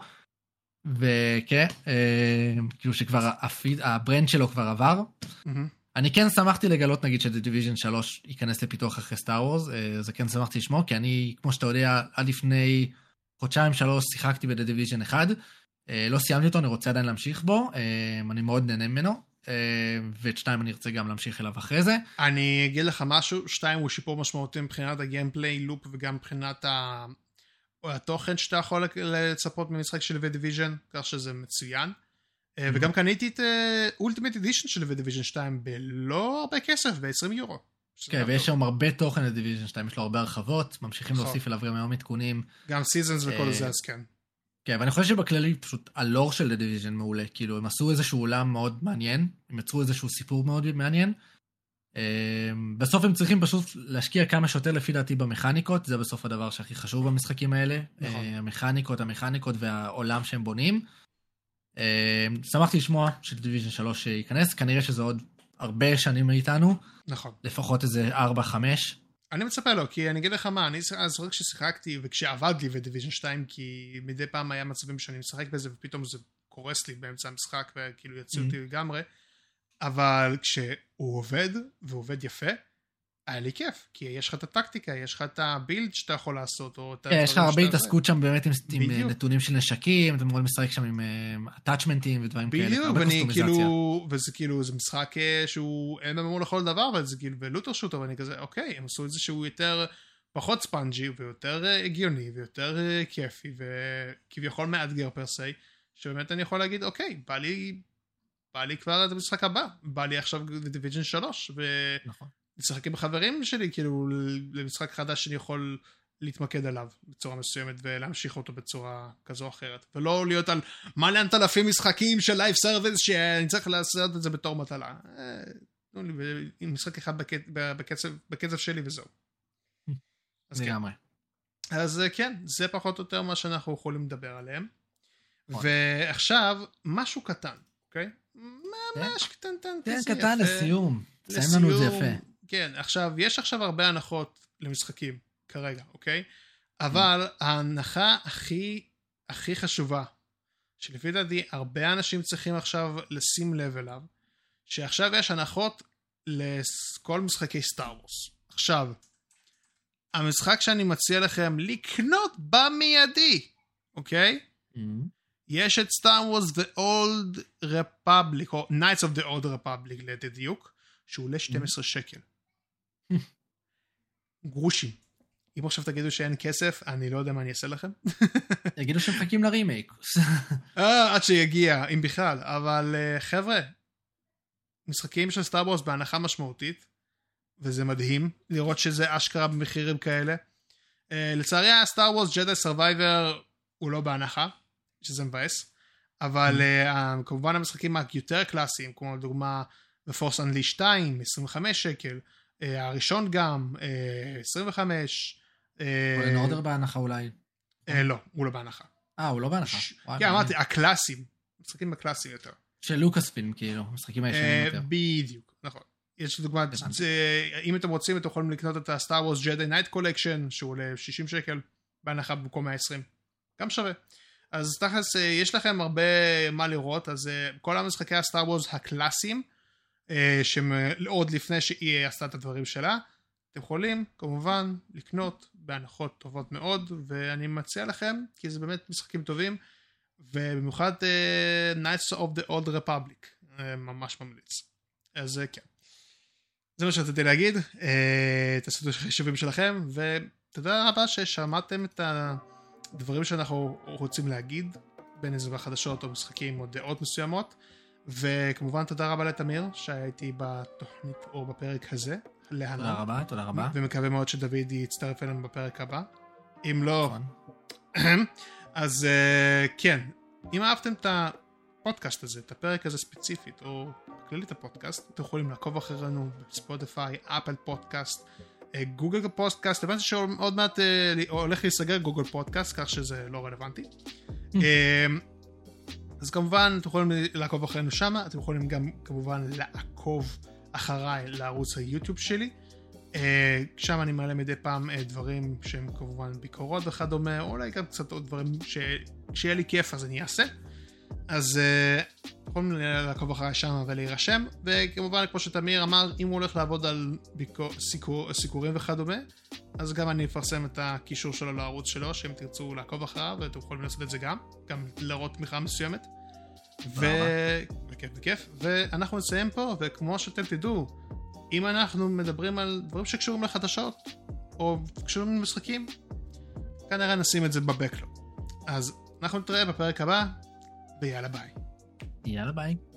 וכן, כאילו שכבר הברנד שלו כבר עבר. אני כן שמחתי לגלות, נגיד, ש-The Division 3 ייכנס לפיתוח אחרי Star Wars, זה כן שמחתי לשמוע, כי אני, כמו שאתה יודע, עד לפני חודשיים 3 שיחקתי ב-The Division 1, לא סיימתי אותו, אני רוצה עדיין להמשיך בו, אני מאוד נהנה ממנו, ואת 2 אני ארצה גם להמשיך אליו אחרי זה. אני אגיד לך משהו, 2 הוא שיפור משמעותי מבחינת הגיימפליי לופ, וגם מבחינת התוכן שאתה יכול לצפות ממשחק של The Division, כך שזה מצוין. וגם קניתי את Ultimate Edition של The Division 2 בלא הרבה כסף, ב-20 יורו. כן, ויש שם הרבה תוכן ל-Division 2, יש לו הרבה הרחבות, ממשיכים להוסיף אליו גם היום עדכונים. גם Seasons וכל זה, אז כן. כן, ואני חושב שבכללי פשוט הלור של The Division מעולה, כאילו הם עשו איזשהו עולם מאוד מעניין, הם יצרו איזשהו סיפור מאוד מעניין, בסוף הם צריכים פשוט להשקיע כמה שיותר לפי דעתי במכניקות, זה בסוף הדבר שהכי חשוב במשחקים האלה, המכניקות והעולם שהם בונים. שמחתי לשמוע ש-Division 3 ייכנס, כנראה שזה עוד הרבה שנים מאיתנו, נכון. לפחות איזה 4-5. אני מצפה לו, כי אני אגיד לך מה, אני אז רק כששיחקתי וכשעבדתי ב-Division 2, כי מדי פעם היה מצבים שאני משחק בזה ופתאום זה קורס לי באמצע המשחק וכאילו יצאו אותי לגמרי, אבל כשהוא עובד ועובד יפה, היה לי כיף, כי יש לך את הטקטיקה, יש לך את הבילד שאתה יכול לעשות, יש לך הרבה התעסקות שם באמת עם נתונים של נשקים, אתה מאוד משחק שם עם attachmentים ודברים כאלה, הרבה קוסטומיזציה. וזה כאילו, זה משחק שהוא אין במור לכל דבר, וזה כאילו, ולוטר שוטר, ואני כזה, אוקיי, הם עשו את זה שהוא יותר, פחות ספנג'י, ויותר הגיוני, ויותר כיפי, וכביכול מאתגר פרסי, שבאמת אני יכול להגיד, אוקיי, בא לי כבר את המשחק הבא, בא לי עכשיו ל-Division 3, נכון. לשחק עם החברים שלי, כאילו, למשחק חדש שאני יכול להתמקד עליו בצורה מסוימת, ולהמשיך אותו בצורה כזו או אחרת. ולא להיות על מלא אלפים משחקים של לייב סרוויס, שאני צריך לעשות את זה בתור מטלה. עם משחק אחד בקצב שלי וזהו. אז כן, זה פחות או יותר מה שאנחנו יכולים לדבר עליהם. ועכשיו, משהו קטן, אוקיי? ממש קטנטן. כן, קטן לסיום. סיים לנו את זה יפה. כן, יש עכשיו הרבה הנחות למשחקים כרגע, אוקיי? אבל ההנחה הכי חשובה, שלפי דעתי הרבה אנשים צריכים עכשיו לשים לב אליו, שעכשיו יש הנחות לכל משחקי סטאר וורס. עכשיו, המשחק שאני מציע לכם לקנות במיידי, אוקיי? יש את סטאר וורס The Old Republic, או Knights of the Old Republic לדיוק, שהוא עולה 12 שקל. גרושים. אם עכשיו תגידו שאין כסף, אני לא יודע מה אני אעשה לכם. יגידו שמחכים לרימייק. עד שיגיע, אם בכלל. אבל חבר'ה, משחקים של סטאר וורס בהנחה משמעותית, וזה מדהים לראות שזה אשכרה במחירים כאלה. לצערי, סטאר וורס ג'די סרווייבר הוא לא בהנחה, שזה מבאס. אבל כמובן המשחקים היותר קלאסיים, כמו לדוגמה The Force Unleashed 2, 25 שקל, הראשון גם, 25. אולן אורדר בהנחה אולי? לא, הוא לא בהנחה. הוא לא בהנחה. כן, אמרתי, הקלאסיים, משחקים הקלאסיים יותר. של לוקאס פילם, כאילו, משחקים הישנים יותר. בדיוק, נכון. יש דוגמה, אם אתם רוצים, אתם יכולים לקנות את ה-Star Wars Jedi Knight Collection, שהוא עולה 60 שקל, בהנחה במקום 120. גם שווה. אז תכלס, יש לכם הרבה מה לראות, אז כל המשחקי ה-Star Wars הקלאסיים, שעוד לפני שהיא עשתה את הדברים שלה, אתם יכולים כמובן לקנות בהנחות טובות מאוד, ואני מציע לכם, כי זה באמת משחקים טובים, ובמיוחד Knights of the Old Republic, ממש ממליץ. אז כן. זה מה שרציתי להגיד, תעשו את החישובים שלכם, ותודה רבה ששמעתם את הדברים שאנחנו רוצים להגיד, בין איזה בחדשות או משחקים או דעות מסוימות, וכמובן תודה רבה לתמיר שהייתי בתוכנית או בפרק הזה. תודה רבה, תודה רבה. ומקווה מאוד שדוד יצטרף אלינו בפרק הבא. אם לא, אז כן, אם אהבתם את הפודקאסט הזה, את הפרק הזה ספציפית, או כללית הפודקאסט, אתם יכולים לעקוב אחרינו בספוטיפיי, אפל פודקאסט, גוגל פודקאסט, הבנתי שעוד מעט הולך להיסגר גוגל פודקאסט, כך שזה לא רלוונטי. אז כמובן אתם יכולים לעקוב אחרינו שם, אתם יכולים גם כמובן לעקוב אחריי לערוץ היוטיוב שלי, שם אני מעלה מדי פעם דברים שהם כמובן ביקורות וכדומה, או אולי גם קצת עוד דברים שיהיה לי כיף אז אני אעשה. אז יכולים לעקוב אחריי שם ולהירשם, וכמובן כמו שתמיר אמר, אם הוא הולך לעבוד על סיקורים וכדומה, אז גם אני אפרסם את הקישור שלו לערוץ שלו, שאם תרצו לעקוב אחריו, ואתם יכולים לעשות את זה גם לראות תמיכה מסוימת. בכיף. ואנחנו נסיים פה, וכמו שאתם תדעו, אם אנחנו מדברים על דברים שקשורים לחדשות, או קשורים למשחקים, כנראה נשים את זה בבקלוג. אז אנחנו נתראה בפרק הבא, ויאללה ביי. יאללה ביי.